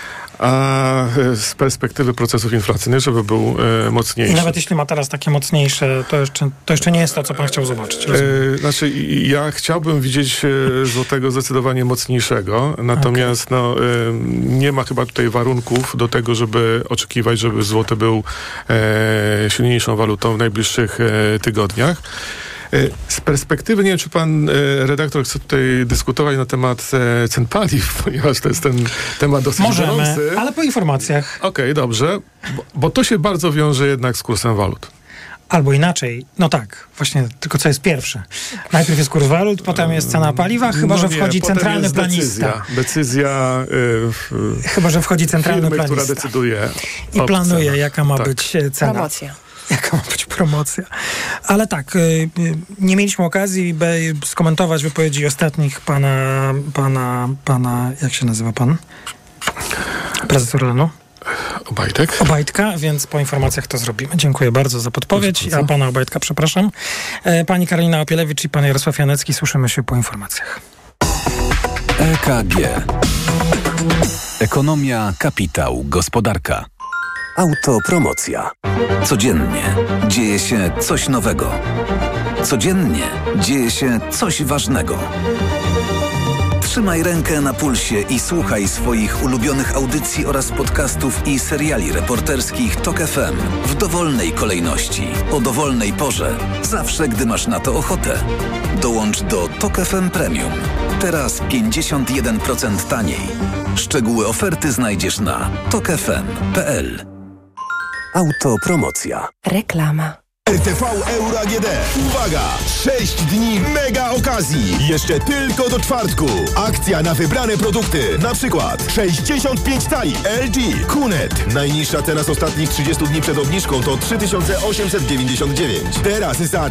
a z perspektywy procesów inflacyjnych, żeby był mocniejszy. I nawet jeśli ma teraz takie mocniejsze, to jeszcze nie jest to, co pan chciał zobaczyć. Ja chciałbym widzieć złotego zdecydowanie mocniejszego, natomiast nie ma chyba tutaj warunków do tego, żeby oczekiwać, żeby złoty był silniejszą walutą w najbliższych tygodniach. Z perspektywy, nie wiem, czy pan redaktor chce tutaj dyskutować na temat cen paliw, ponieważ to jest ten temat dosyć gorący. Ale po informacjach. Okej, dobrze, bo to się bardzo wiąże jednak z kursem walut. Albo inaczej, właśnie, tylko co jest pierwsze? Najpierw jest kurs walut, potem jest cena paliwa, chyba że wchodzi centralny planista. Decyzja chyba że wchodzi centralny planista, która decyduje i planuje, jaka ma być cena. Promocja. Jaka ma być promocja. Ale nie mieliśmy okazji, by skomentować wypowiedzi ostatnich pana, jak się nazywa pan? Prezes Orlenu? Obajtka, więc po informacjach to zrobimy. Dziękuję bardzo za podpowiedź. A pana Obajtka przepraszam. Pani Karolina Opielewicz i pan Jarosław Janecki. Słyszymy się po informacjach. EKG. Ekonomia, kapitał, gospodarka. Autopromocja. Codziennie dzieje się coś nowego. Codziennie dzieje się coś ważnego. Trzymaj rękę na pulsie i słuchaj swoich ulubionych audycji oraz podcastów i seriali reporterskich TOK FM w dowolnej kolejności, o dowolnej porze, zawsze gdy masz na to ochotę. Dołącz do TOK FM Premium. Teraz 51% taniej. Szczegóły oferty znajdziesz na tokfm.pl. Autopromocja. Reklama. RTV Euro AGD. Uwaga! 6 dni mega okazji. Jeszcze tylko do czwartku. Akcja na wybrane produkty. Na przykład 65 cali LG Kunet. Najniższa cena z ostatnich 30 dni przed obniżką to 3899. Teraz za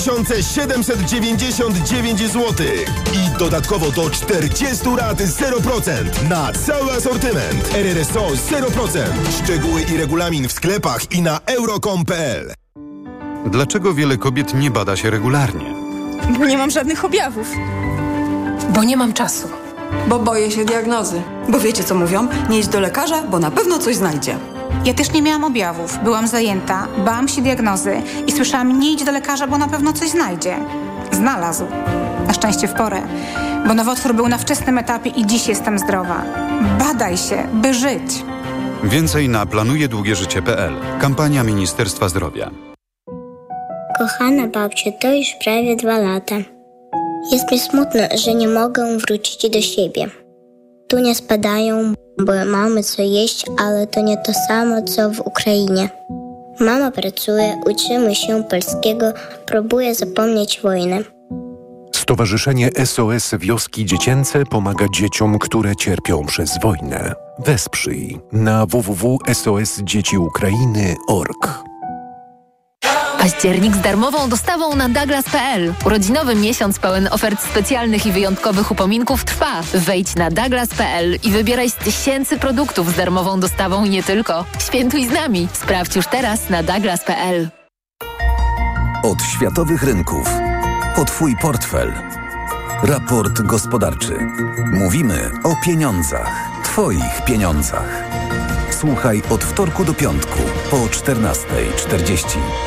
3799 zł. I dodatkowo do 40 rat 0% na cały asortyment. RRSO 0%. Szczegóły i regulamin w sklepach i na euro.com.pl. Dlaczego wiele kobiet nie bada się regularnie? Bo nie mam żadnych objawów. Bo nie mam czasu. Bo boję się diagnozy. Bo wiecie co mówią? Nie idź do lekarza, bo na pewno coś znajdzie. Ja też nie miałam objawów. Byłam zajęta, bałam się diagnozy i słyszałam: nie idź do lekarza, bo na pewno coś znajdzie. Znalazł. Na szczęście w porę. Bo nowotwór był na wczesnym etapie i dziś jestem zdrowa. Badaj się, by żyć. Więcej na planujedługieżycie.pl. Kampania Ministerstwa Zdrowia. Kochana babciu, to już prawie 2 lata. Jest mi smutno, że nie mogę wrócić do siebie. Tu nie spadają, bo mamy co jeść, ale to nie to samo, co w Ukrainie. Mama pracuje, uczymy się polskiego, próbuje zapomnieć wojnę. Stowarzyszenie SOS Wioski Dziecięce pomaga dzieciom, które cierpią przez wojnę. Wesprzyj na www.sosdzieciukrainy.org. Październik z darmową dostawą na Douglas.pl. Urodzinowy miesiąc pełen ofert specjalnych i wyjątkowych upominków trwa. Wejdź na Douglas.pl i wybieraj z tysięcy produktów z darmową dostawą i nie tylko. Świętuj z nami. Sprawdź już teraz na Douglas.pl. Od światowych rynków. O Twój portfel. Raport gospodarczy. Mówimy o pieniądzach. Twoich pieniądzach. Słuchaj od wtorku do piątku po 14:40.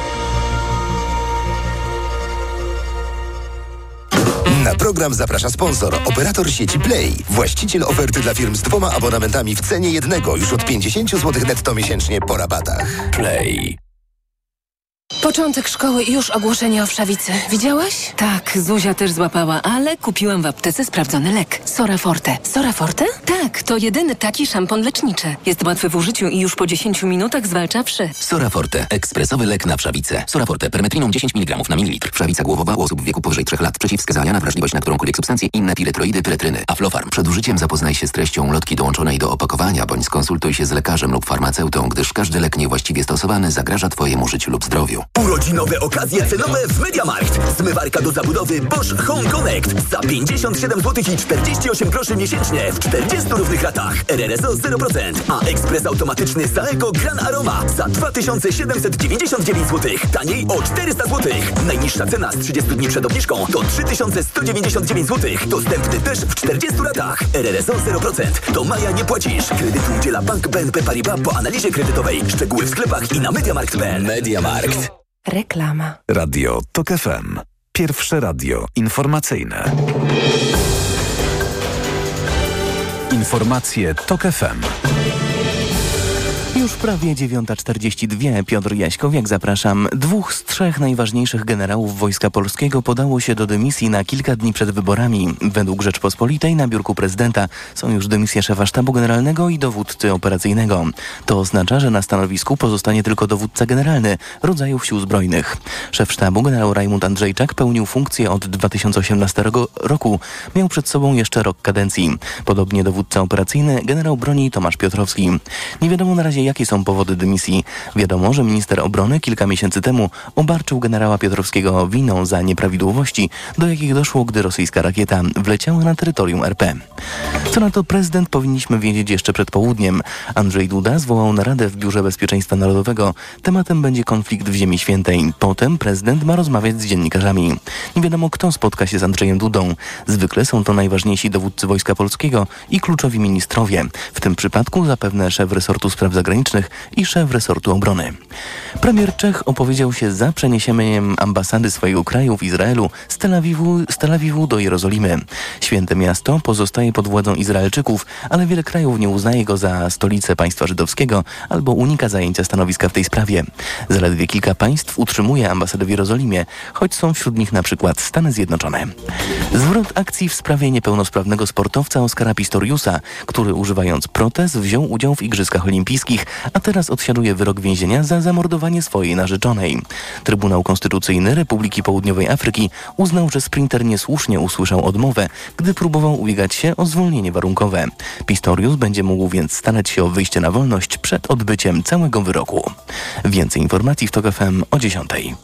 Na program zaprasza sponsor, operator sieci Play. Właściciel oferty dla firm z 2 abonamentami w cenie jednego już od 50 zł netto miesięcznie po rabatach. Play. Początek szkoły i już ogłoszenie o wszawicy. Widziałaś? Tak, Zuzia też złapała, ale kupiłam w aptece sprawdzony lek. Sora Forte. Sora Forte? Tak, to jedyny taki szampon leczniczy. Jest łatwy w użyciu i już po 10 minutach zwalcza wszy. Sora Forte. Ekspresowy lek na wszawicę. Sora Forte. Permetriną 10 mg na mililitr. Wszawica głowowa u osób w wieku powyżej 3 lat. Przeciwwskazania na wrażliwość na którąkolwiek substancję. Inne piretroidy, pyretryny. Aflofarm. Przed użyciem zapoznaj się z treścią ulotki dołączonej do opakowania, bądź skonsultuj się z lekarzem lub farmaceutą, gdyż każdy lek niewłaściwie stosowany zagraża Twojemu życiu lub zdrowiu. Urodzinowe okazje cenowe w MediaMarkt. Zmywarka do zabudowy Bosch Home Connect za 57 zł i 48 groszy miesięcznie w 40 równych ratach. RRSO 0%, a ekspres automatyczny Saeco Gran Aroma za 2799 zł. Taniej o 400 zł. Najniższa cena z 30 dni przed obniżką to 3199 zł. Dostępny też w 40 ratach. RRSO 0%. Do maja nie płacisz. Kredytu udziela Bank BNP Paribas po analizie kredytowej. Szczegóły w sklepach i na MediaMarkt.pl. MediaMarkt. Reklama. Radio TOK FM. Pierwsze radio informacyjne. Informacje TOK FM. Już prawie 9:42. Piotr Jaśkowiak, zapraszam. 2 z 3 najważniejszych generałów Wojska Polskiego podało się do dymisji na kilka dni przed wyborami. Według Rzeczpospolitej na biurku prezydenta są już dymisje szefa sztabu generalnego i dowódcy operacyjnego. To oznacza, że na stanowisku pozostanie tylko dowódca generalny rodzajów sił zbrojnych. Szef sztabu generał Rajmund Andrzejczak pełnił funkcję od 2018 roku. Miał przed sobą jeszcze rok kadencji. Podobnie dowódca operacyjny generał broni Tomasz Piotrowski. Nie wiadomo na razie, jakie są powody dymisji. Wiadomo, że minister obrony kilka miesięcy temu obarczył generała Piotrowskiego winą za nieprawidłowości, do jakich doszło, gdy rosyjska rakieta wleciała na terytorium RP. Co na to prezydent powinniśmy wiedzieć jeszcze przed południem. Andrzej Duda zwołał naradę w Biurze Bezpieczeństwa Narodowego. Tematem będzie konflikt w Ziemi Świętej. Potem prezydent ma rozmawiać z dziennikarzami. Nie wiadomo, kto spotka się z Andrzejem Dudą. Zwykle są to najważniejsi dowódcy Wojska Polskiego i kluczowi ministrowie. W tym przypadku zapewne szef resortu spraw zagranicznych i szef resortu obrony. Premier Czech opowiedział się za przeniesieniem ambasady swojego kraju w Izraelu z Tel Awiwu do Jerozolimy. Święte miasto pozostaje pod władzą Izraelczyków, ale wiele krajów nie uznaje go za stolicę państwa żydowskiego albo unika zajęcia stanowiska w tej sprawie. Zaledwie kilka państw utrzymuje ambasadę w Jerozolimie, choć są wśród nich na przykład Stany Zjednoczone. Zwrot akcji w sprawie niepełnosprawnego sportowca Oskara Pistoriusa, który używając protez wziął udział w Igrzyskach Olimpijskich, a teraz odsiaduje wyrok więzienia za zamordowanie swojej narzeczonej. Trybunał Konstytucyjny Republiki Południowej Afryki uznał, że sprinter niesłusznie usłyszał odmowę, gdy próbował ubiegać się o zwolnienie warunkowe. Pistorius będzie mógł więc starać się o wyjście na wolność przed odbyciem całego wyroku. Więcej informacji w TOK FM o 10:00.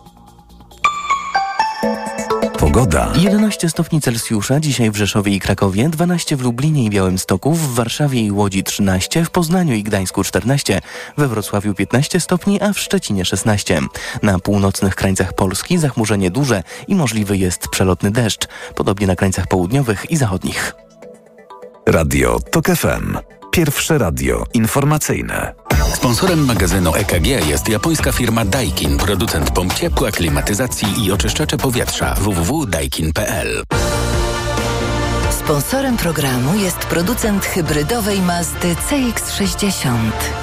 Pogoda. 11 stopni Celsjusza dzisiaj w Rzeszowie i Krakowie, 12 w Lublinie i Białymstoku, w Warszawie i Łodzi 13, w Poznaniu i Gdańsku 14, we Wrocławiu 15 stopni, a w Szczecinie 16. Na północnych krańcach Polski zachmurzenie duże i możliwy jest przelotny deszcz, podobnie na krańcach południowych i zachodnich. Radio TOK FM. Pierwsze radio informacyjne. Sponsorem magazynu EKG jest japońska firma Daikin, producent pomp ciepła, klimatyzacji i oczyszczacze powietrza. www.daikin.pl. Sponsorem programu jest producent hybrydowej Mazdy CX-60.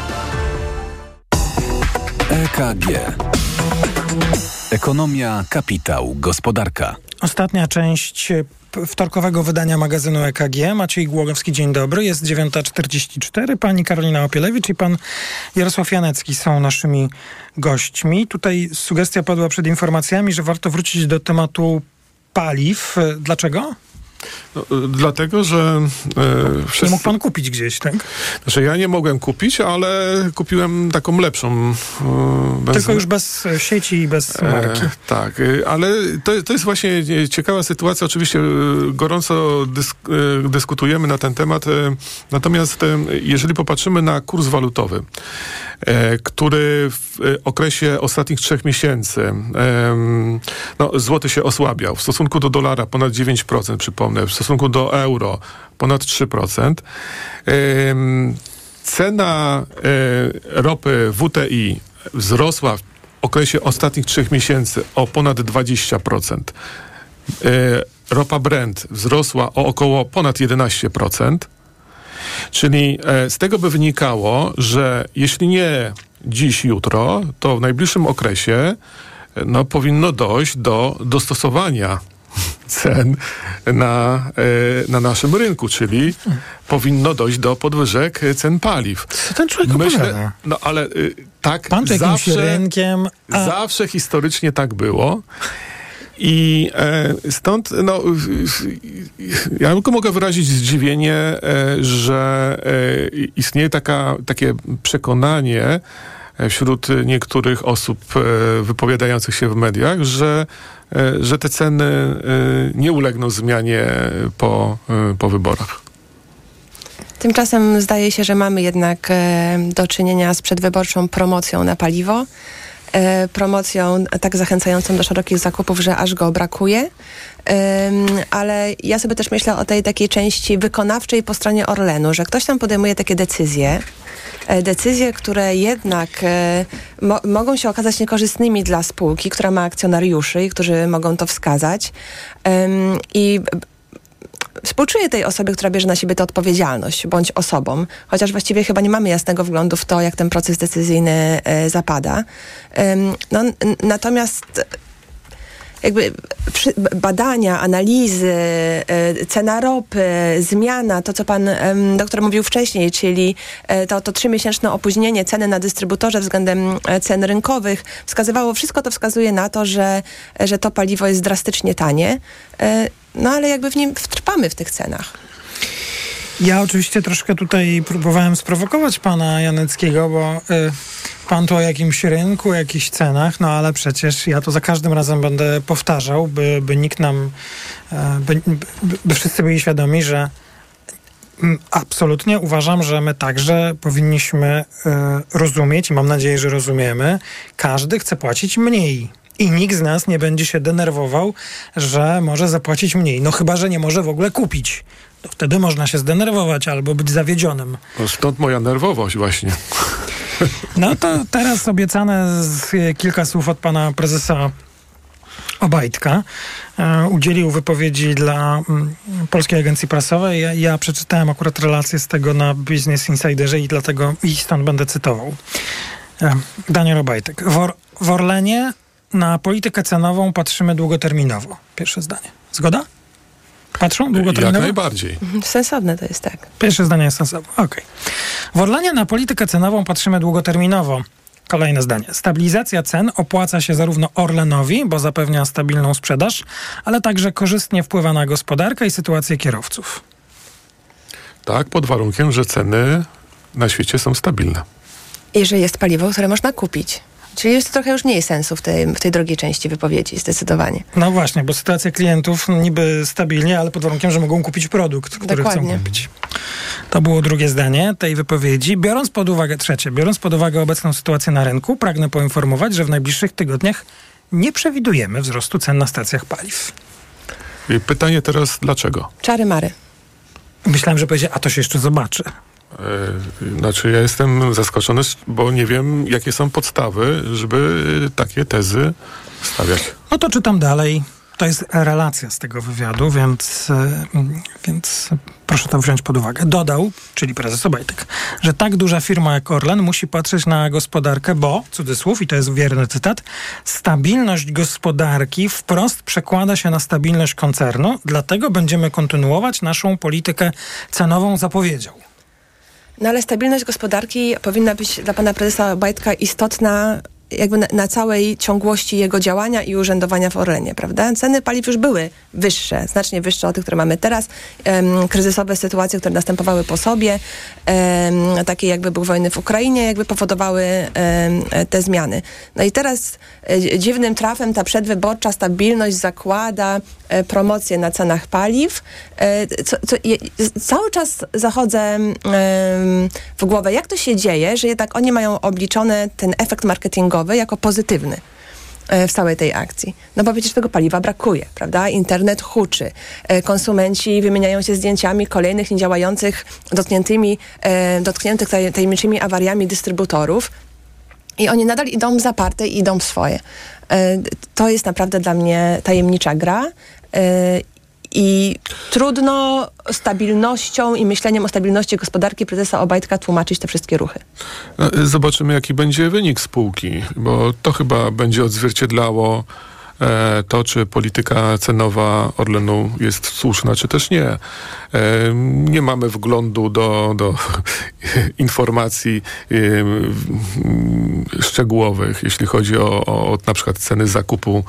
EKG. Ekonomia, kapitał, gospodarka. Ostatnia część wtorkowego wydania magazynu EKG. Maciej Głogowski, dzień dobry. Jest 9:44. Pani Karolina Opielewicz i pan Jarosław Janecki są naszymi gośćmi. Tutaj sugestia padła przed informacjami, że warto wrócić do tematu paliw. Dlaczego? No, dlatego, że nie mógł pan kupić gdzieś, tak? Znaczy ja nie mogłem kupić, ale kupiłem taką lepszą benzynę. Tylko już bez sieci i bez marki. Tak, ale to jest właśnie ciekawa sytuacja. Oczywiście gorąco dyskutujemy na ten temat. Natomiast jeżeli popatrzymy na kurs walutowy, który w okresie ostatnich 3 miesięcy złoty się osłabiał. W stosunku do dolara ponad 9%, przypomnę. W stosunku do euro ponad 3%. Cena ropy WTI wzrosła w okresie ostatnich 3 miesięcy o ponad 20%. Ropa Brent wzrosła o około ponad 11%. Czyli z tego by wynikało, że jeśli nie dziś, jutro, to w najbliższym okresie powinno dojść do dostosowania cen na naszym rynku, czyli powinno dojść do podwyżek cen paliw. Co ten człowiek opowiada? No ale tak pan rynkiem, zawsze historycznie tak było. I stąd ja tylko mogę wyrazić zdziwienie, że istnieje takie przekonanie wśród niektórych osób wypowiadających się w mediach, że te ceny nie ulegną zmianie po wyborach. Tymczasem zdaje się, że mamy jednak do czynienia z przedwyborczą promocją na paliwo. Promocją tak zachęcającą do szerokich zakupów, że aż go brakuje. Ale ja sobie też myślę o tej takiej części wykonawczej po stronie Orlenu, że ktoś tam podejmuje takie decyzje, które jednak mogą się okazać niekorzystnymi dla spółki, która ma akcjonariuszy i którzy mogą to wskazać. I współczuję tej osobie, która bierze na siebie tę odpowiedzialność, bądź osobom, chociaż właściwie chyba nie mamy jasnego wglądu w to, jak ten proces decyzyjny zapada. Natomiast jakby badania, analizy, cena ropy, zmiana, to co pan doktor mówił wcześniej, czyli to 3-miesięczne opóźnienie ceny na dystrybutorze względem cen rynkowych, wszystko to wskazuje na to, że to paliwo jest drastycznie tanie, ale jakby w nim wtrwamy w tych cenach. Ja oczywiście troszkę tutaj próbowałem sprowokować pana Janeckiego, bo pan tu o jakimś rynku, o jakichś cenach, ale przecież ja to za każdym razem będę powtarzał, by nikt nam, by wszyscy byli świadomi, że Absolutnie uważam, że my także powinniśmy rozumieć i mam nadzieję, że rozumiemy, każdy chce płacić mniej. I nikt z nas nie będzie się denerwował, że może zapłacić mniej. No chyba, że nie może w ogóle kupić. To wtedy można się zdenerwować albo być zawiedzionym. No stąd moja nerwowość właśnie. No to teraz obiecane kilka słów od pana prezesa Obajtka. Udzielił wypowiedzi dla Polskiej Agencji Prasowej. Ja przeczytałem akurat relację z tego na Business Insiderze i dlatego stąd będę cytował. Daniel Obajtek. W Orlenie na politykę cenową patrzymy długoterminowo. Pierwsze zdanie. Zgoda? Patrzą długoterminowo? Jak najbardziej. Sensowne to jest, tak. Pierwsze zdanie jest sensowne. Okej. W Orlenie na politykę cenową patrzymy długoterminowo. Kolejne zdanie. Stabilizacja cen opłaca się zarówno Orlenowi, bo zapewnia stabilną sprzedaż, ale także korzystnie wpływa na gospodarkę i sytuację kierowców. Tak, pod warunkiem, że ceny na świecie są stabilne. I że jest paliwo, które można kupić. Czyli jest trochę już mniej sensu w tej drugiej części wypowiedzi, zdecydowanie. No właśnie, bo sytuacja klientów niby stabilnie, ale pod warunkiem, że mogą kupić produkt, który chcą kupić. To było drugie zdanie tej wypowiedzi. Biorąc pod uwagę obecną sytuację na rynku, pragnę poinformować, że w najbliższych tygodniach nie przewidujemy wzrostu cen na stacjach paliw. I pytanie teraz, dlaczego? Czary mary. Myślałem, że powiedzie, a to się jeszcze zobaczy. Znaczy ja jestem zaskoczony, bo nie wiem, jakie są podstawy, żeby takie tezy stawiać. No to czytam dalej. To jest relacja z tego wywiadu, więc proszę to wziąć pod uwagę. Dodał, czyli prezes Obajtek, że tak duża firma jak Orlen musi patrzeć na gospodarkę, bo, cudzysłów, i to jest wierny cytat, stabilność gospodarki wprost przekłada się na stabilność koncernu, dlatego będziemy kontynuować naszą politykę cenową, zapowiedział. No ale stabilność gospodarki powinna być dla pana prezesa Obajtka istotna jakby na całej ciągłości jego działania i urzędowania w Orlenie, prawda? Ceny paliw już były wyższe, znacznie wyższe od tych, które mamy teraz. Kryzysowe sytuacje, które następowały po sobie, takie jakby były wojny w Ukrainie, jakby powodowały te zmiany. No i teraz dziwnym trafem ta przedwyborcza stabilność zakłada promocję na cenach paliw. Cały czas zachodzę w głowę, jak to się dzieje, że jednak oni mają obliczony ten efekt marketingowy jako pozytywny w całej tej akcji. No bo przecież tego paliwa brakuje, prawda? Internet huczy. Konsumenci wymieniają się zdjęciami kolejnych niedziałających, dotkniętych tajemniczymi awariami dystrybutorów i oni nadal idą zaparte i idą w swoje. To jest naprawdę dla mnie tajemnicza gra i trudno stabilnością i myśleniem o stabilności gospodarki prezesa Obajtka tłumaczyć te wszystkie ruchy. Zobaczymy, jaki będzie wynik spółki, bo to chyba będzie odzwierciedlało to, czy polityka cenowa Orlenu jest słuszna, czy też nie. Nie mamy wglądu do informacji szczegółowych, jeśli chodzi o na przykład ceny zakupu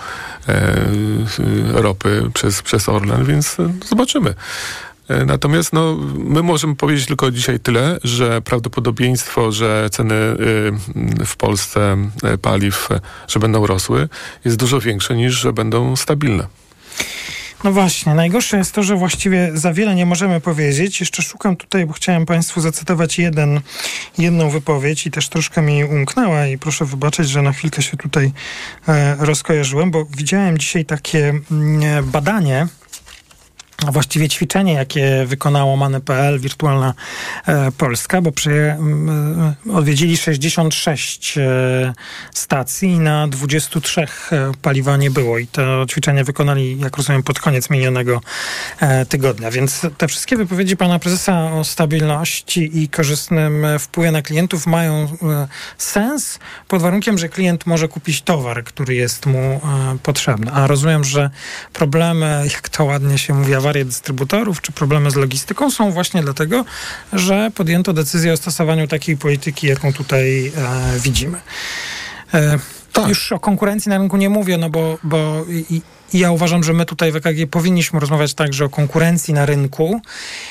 ropy przez Orlen, więc zobaczymy. Natomiast my możemy powiedzieć tylko dzisiaj tyle, że prawdopodobieństwo, że ceny w Polsce paliw, że będą rosły, jest dużo większe niż, że będą stabilne. No właśnie, najgorsze jest to, że właściwie za wiele nie możemy powiedzieć. Jeszcze szukam tutaj, bo chciałem Państwu zacytować jedną wypowiedź i też troszkę mi umknęła i proszę wybaczyć, że na chwilkę się tutaj rozkojarzyłem, bo widziałem dzisiaj takie badanie, a właściwie ćwiczenie, jakie wykonało Money.pl, Wirtualna Polska, bo odwiedzili 66 stacji i na 23 paliwa nie było. I to ćwiczenie wykonali, jak rozumiem, pod koniec minionego tygodnia. Więc te wszystkie wypowiedzi pana prezesa o stabilności i korzystnym wpływie na klientów mają sens pod warunkiem, że klient może kupić towar, który jest mu potrzebny. A rozumiem, że problemy, jak to ładnie się mówi, awarie dystrybutorów czy problemy z logistyką są właśnie dlatego, że podjęto decyzję o stosowaniu takiej polityki, jaką tutaj widzimy. Tak. Już o konkurencji na rynku nie mówię, bo ja uważam, że my tutaj w EKG powinniśmy rozmawiać także o konkurencji na rynku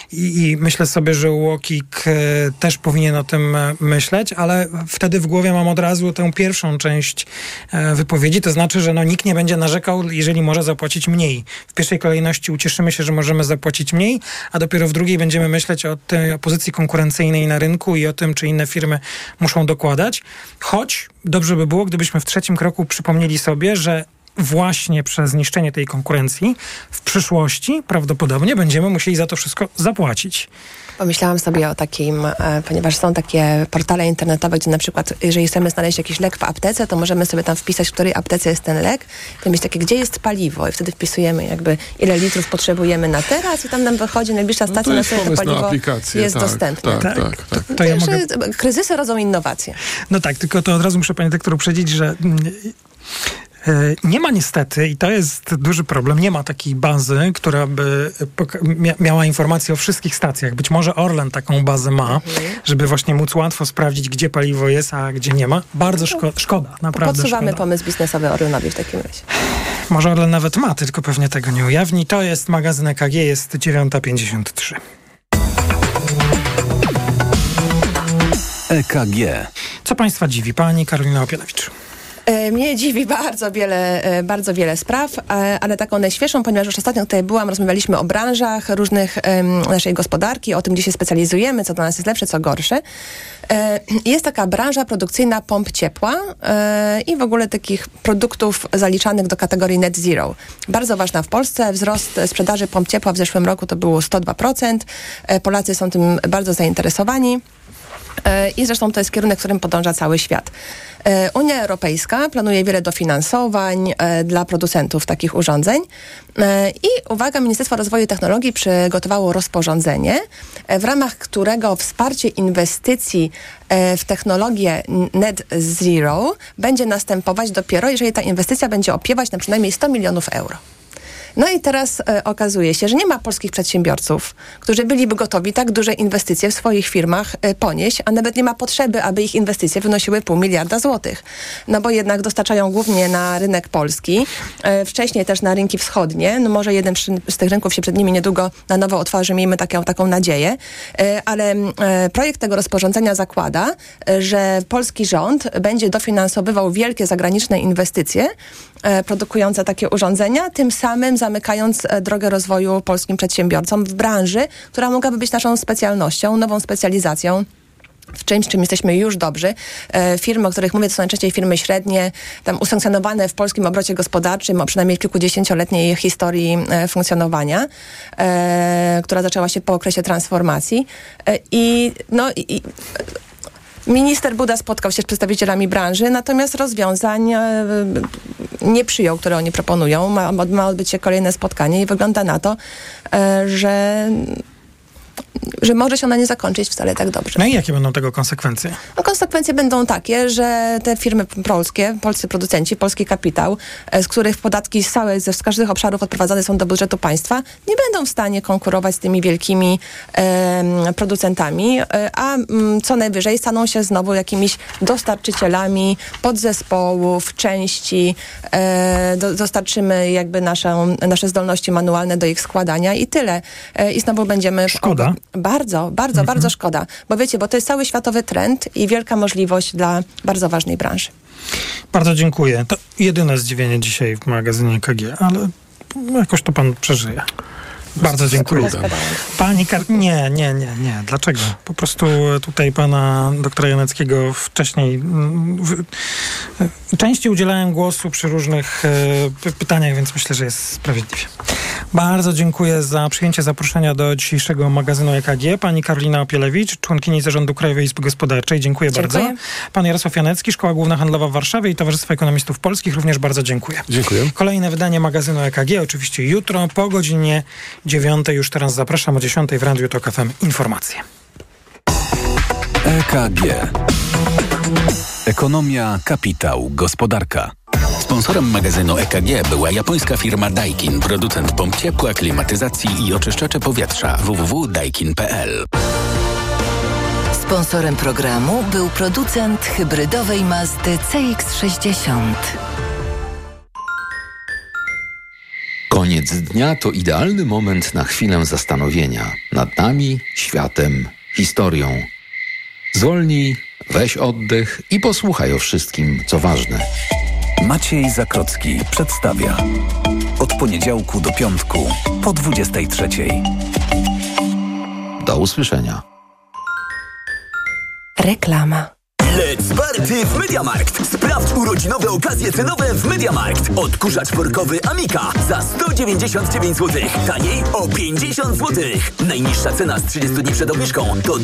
I myślę sobie, że UOKiK też powinien o tym myśleć, ale wtedy w głowie mam od razu tę pierwszą część wypowiedzi, to znaczy, że nikt nie będzie narzekał, jeżeli może zapłacić mniej. W pierwszej kolejności ucieszymy się, że możemy zapłacić mniej, a dopiero w drugiej będziemy myśleć o tej pozycji konkurencyjnej na rynku i o tym, czy inne firmy muszą dokładać. Choć dobrze by było, gdybyśmy w trzecim kroku przypomnieli sobie, że właśnie przez zniszczenie tej konkurencji w przyszłości prawdopodobnie będziemy musieli za to wszystko zapłacić. Pomyślałam sobie o takim, ponieważ są takie portale internetowe, gdzie na przykład, jeżeli chcemy znaleźć jakiś lek w aptece, to możemy sobie tam wpisać, w której aptece jest ten lek, to mieć takie, gdzie jest paliwo i wtedy wpisujemy jakby ile litrów potrzebujemy na teraz i tam nam wychodzi najbliższa stacja, na której to paliwo jest dostępne. Tak. To ja mogę... Kryzysy rodzą innowacje. No tak, tylko to od razu muszę pani doktor uprzedzić, że nie ma niestety, i to jest duży problem, nie ma takiej bazy, która by miała informacje o wszystkich stacjach. Być może Orlen taką bazę ma, żeby właśnie móc łatwo sprawdzić, gdzie paliwo jest, a gdzie nie ma. Bardzo szkoda, naprawdę podsuwamy szkoda. pomysł biznesowy Orlenowi w takim razie. Może Orlen nawet ma, tylko pewnie tego nie ujawni. To jest magazyn EKG, jest 9:53. EKG. Co państwa dziwi? Pani Karolina Opielewicz. Mnie dziwi bardzo wiele spraw, ale taką najświeższą, ponieważ już ostatnio tutaj byłam, rozmawialiśmy o branżach różnych naszej gospodarki, o tym, gdzie się specjalizujemy, co dla nas jest lepsze, co gorsze. Jest taka branża produkcyjna pomp ciepła i w ogóle takich produktów zaliczanych do kategorii net zero. Bardzo ważna w Polsce. Wzrost sprzedaży pomp ciepła w zeszłym roku to było 102%. Polacy są tym bardzo zainteresowani. I zresztą to jest kierunek, w którym podąża cały świat. Unia Europejska planuje wiele dofinansowań dla producentów takich urządzeń i uwaga, Ministerstwo Rozwoju i Technologii przygotowało rozporządzenie, w ramach którego wsparcie inwestycji w technologię net zero będzie następować dopiero, jeżeli ta inwestycja będzie opiewać na przynajmniej 100 milionów euro. No i teraz okazuje się, że nie ma polskich przedsiębiorców, którzy byliby gotowi tak duże inwestycje w swoich firmach ponieść, a nawet nie ma potrzeby, aby ich inwestycje wynosiły 500 miliarda złotych. No bo jednak dostarczają głównie na rynek polski, wcześniej też na rynki wschodnie. No może jeden z tych rynków się przed nimi niedługo na nowo otworzy, miejmy taką nadzieję. Ale projekt tego rozporządzenia zakłada, że polski rząd będzie dofinansowywał wielkie zagraniczne inwestycje produkujące takie urządzenia, tym samym zamykając drogę rozwoju polskim przedsiębiorcom w branży, która mogłaby być naszą specjalnością, nową specjalizacją, w czymś, czym jesteśmy już dobrzy. Firmy, o których mówię, to są najczęściej firmy średnie, tam usankcjonowane w polskim obrocie gospodarczym o przynajmniej kilkudziesięcioletniej historii funkcjonowania, która zaczęła się po okresie transformacji. Minister Buda spotkał się z przedstawicielami branży, natomiast rozwiązań nie przyjął, które oni proponują. Ma odbyć się kolejne spotkanie i wygląda na to, że może się ona nie zakończyć wcale tak dobrze. No i jakie będą tego konsekwencje? No, konsekwencje będą takie, że te firmy polskie, polscy producenci, polski kapitał, z których podatki z każdych obszarów odprowadzane są do budżetu państwa, nie będą w stanie konkurować z tymi wielkimi producentami, a co najwyżej staną się znowu jakimiś dostarczycielami podzespołów, części, dostarczymy jakby nasze zdolności manualne do ich składania i tyle. I znowu będziemy... Szkoda. Bardzo szkoda. Bo wiecie, bo to jest cały światowy trend i wielka możliwość dla bardzo ważnej branży. Bardzo dziękuję. To jedyne zdziwienie dzisiaj w magazynie EKG, ale jakoś to pan przeżyje. Bardzo dziękuję. Pani Nie. Dlaczego? Po prostu tutaj pana doktora Janeckiego wcześniej częściej udzielałem głosu przy różnych pytaniach, więc myślę, że jest sprawiedliwie. Bardzo dziękuję za przyjęcie zaproszenia do dzisiejszego magazynu EKG. Pani Karolina Opielewicz, członkini Zarządu Krajowej Izby Gospodarczej. Dziękuję bardzo. Pan Jarosław Janecki, Szkoła Główna Handlowa w Warszawie i Towarzystwo Ekonomistów Polskich. Również bardzo dziękuję. Dziękuję. Kolejne wydanie magazynu EKG oczywiście jutro po godzinie 9. Już teraz zapraszam o 10 w Radiu Tok FM informacje. EKG. Ekonomia, kapitał, gospodarka. Sponsorem magazynu EKG była japońska firma Daikin, producent pomp ciepła, klimatyzacji i oczyszczacze powietrza. www.daikin.pl. Sponsorem programu był producent hybrydowej Mazdy CX-60. Koniec dnia to idealny moment na chwilę zastanowienia nad nami, światem, historią. Zwolnij, weź oddech i posłuchaj o wszystkim, co ważne. Maciej Zakrocki przedstawia od poniedziałku do piątku po 23:00. Do usłyszenia. Reklama. Let's party w MediaMarkt. Sprawdź urodzinowe okazje cenowe w MediaMarkt. Odkurzacz workowy Amika za 199 zł. Taniej o 50 zł. Najniższa cena z 30 dni przed obniżką to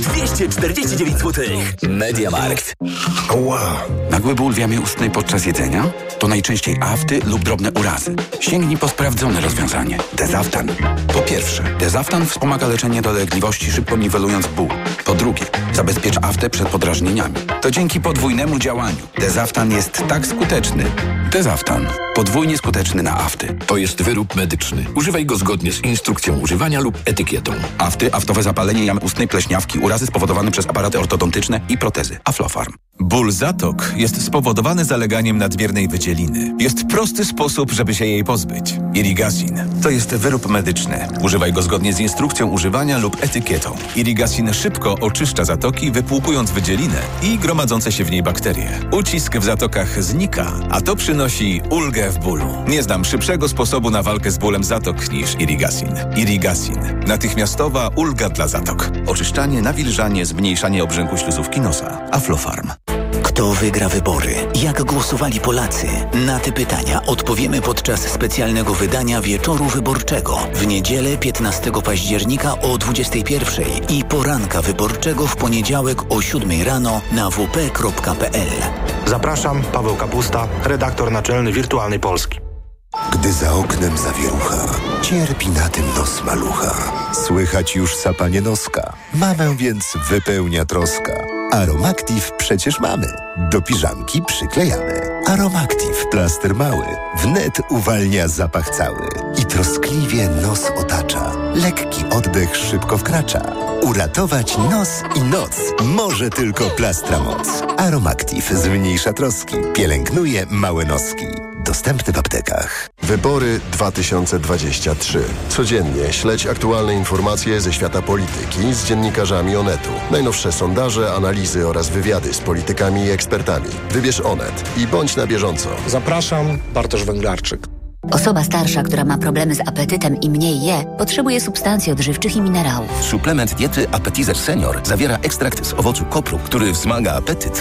249 zł. MediaMarkt. Ała! Nagły ból w jamie ustnej podczas jedzenia? To najczęściej afty lub drobne urazy. Sięgnij po sprawdzone rozwiązanie. Dezaftan. Po pierwsze, Dezaftan wspomaga leczenie dolegliwości, szybko niwelując ból. Po drugie, zabezpiecz aftę przed podrażnieniami. To dzięki podwójnemu działaniu. Dezaftan jest tak skuteczny. Dezaftan. Podwójnie skuteczny na afty. To jest wyrób medyczny. Używaj go zgodnie z instrukcją używania lub etykietą. Afty, aftowe zapalenie jamy ustnej, pleśniawki, urazy spowodowane przez aparaty ortodontyczne i protezy. Aflofarm. Ból zatok jest spowodowany zaleganiem nadmiernej wydzieliny. Jest prosty sposób, żeby się jej pozbyć. Irigasin. To jest wyrób medyczny. Używaj go zgodnie z instrukcją używania lub etykietą. Irigasin szybko oczyszcza zatoki, wypłukując wydzielinę i gromadzące się w niej bakterie. Ucisk w zatokach znika, a to przynosi ulgę w bólu. Nie znam szybszego sposobu na walkę z bólem zatok niż Irigasin. Irigasin. Natychmiastowa ulga dla zatok. Oczyszczanie, nawilżanie, zmniejszanie obrzęku śluzówki nosa. Aflofarm. Kto wygra wybory? Jak głosowali Polacy? Na te pytania odpowiemy podczas specjalnego wydania Wieczoru Wyborczego w niedzielę 15 października o 21:00 i poranka wyborczego w poniedziałek o 7:00 rano na wp.pl. Zapraszam, Paweł Kapusta, redaktor naczelny Wirtualnej Polski. Gdy za oknem zawierucha, cierpi na tym nos malucha. Słychać już sapanie noska. Mamę więc wypełnia troska. Aromactive przecież mamy. Do piżamki przyklejamy. Aromactive, plaster mały. Wnet uwalnia zapach cały. I troskliwie nos otacza. Lekki oddech szybko wkracza. Uratować nos i noc może tylko plastra moc. Aromactive zmniejsza troski. Pielęgnuje małe noski. Dostępny w aptekach. Wybory 2023. Codziennie śledź aktualne informacje ze świata polityki z dziennikarzami Onetu. Najnowsze sondaże, analizy oraz wywiady z politykami i ekspertami. Wybierz Onet i bądź na bieżąco. Zapraszam, Bartosz Węglarczyk. Osoba starsza, która ma problemy z apetytem i mniej je, potrzebuje substancji odżywczych i minerałów. Suplement diety Appetizer Senior zawiera ekstrakt z owocu kopru, który wzmaga apetyt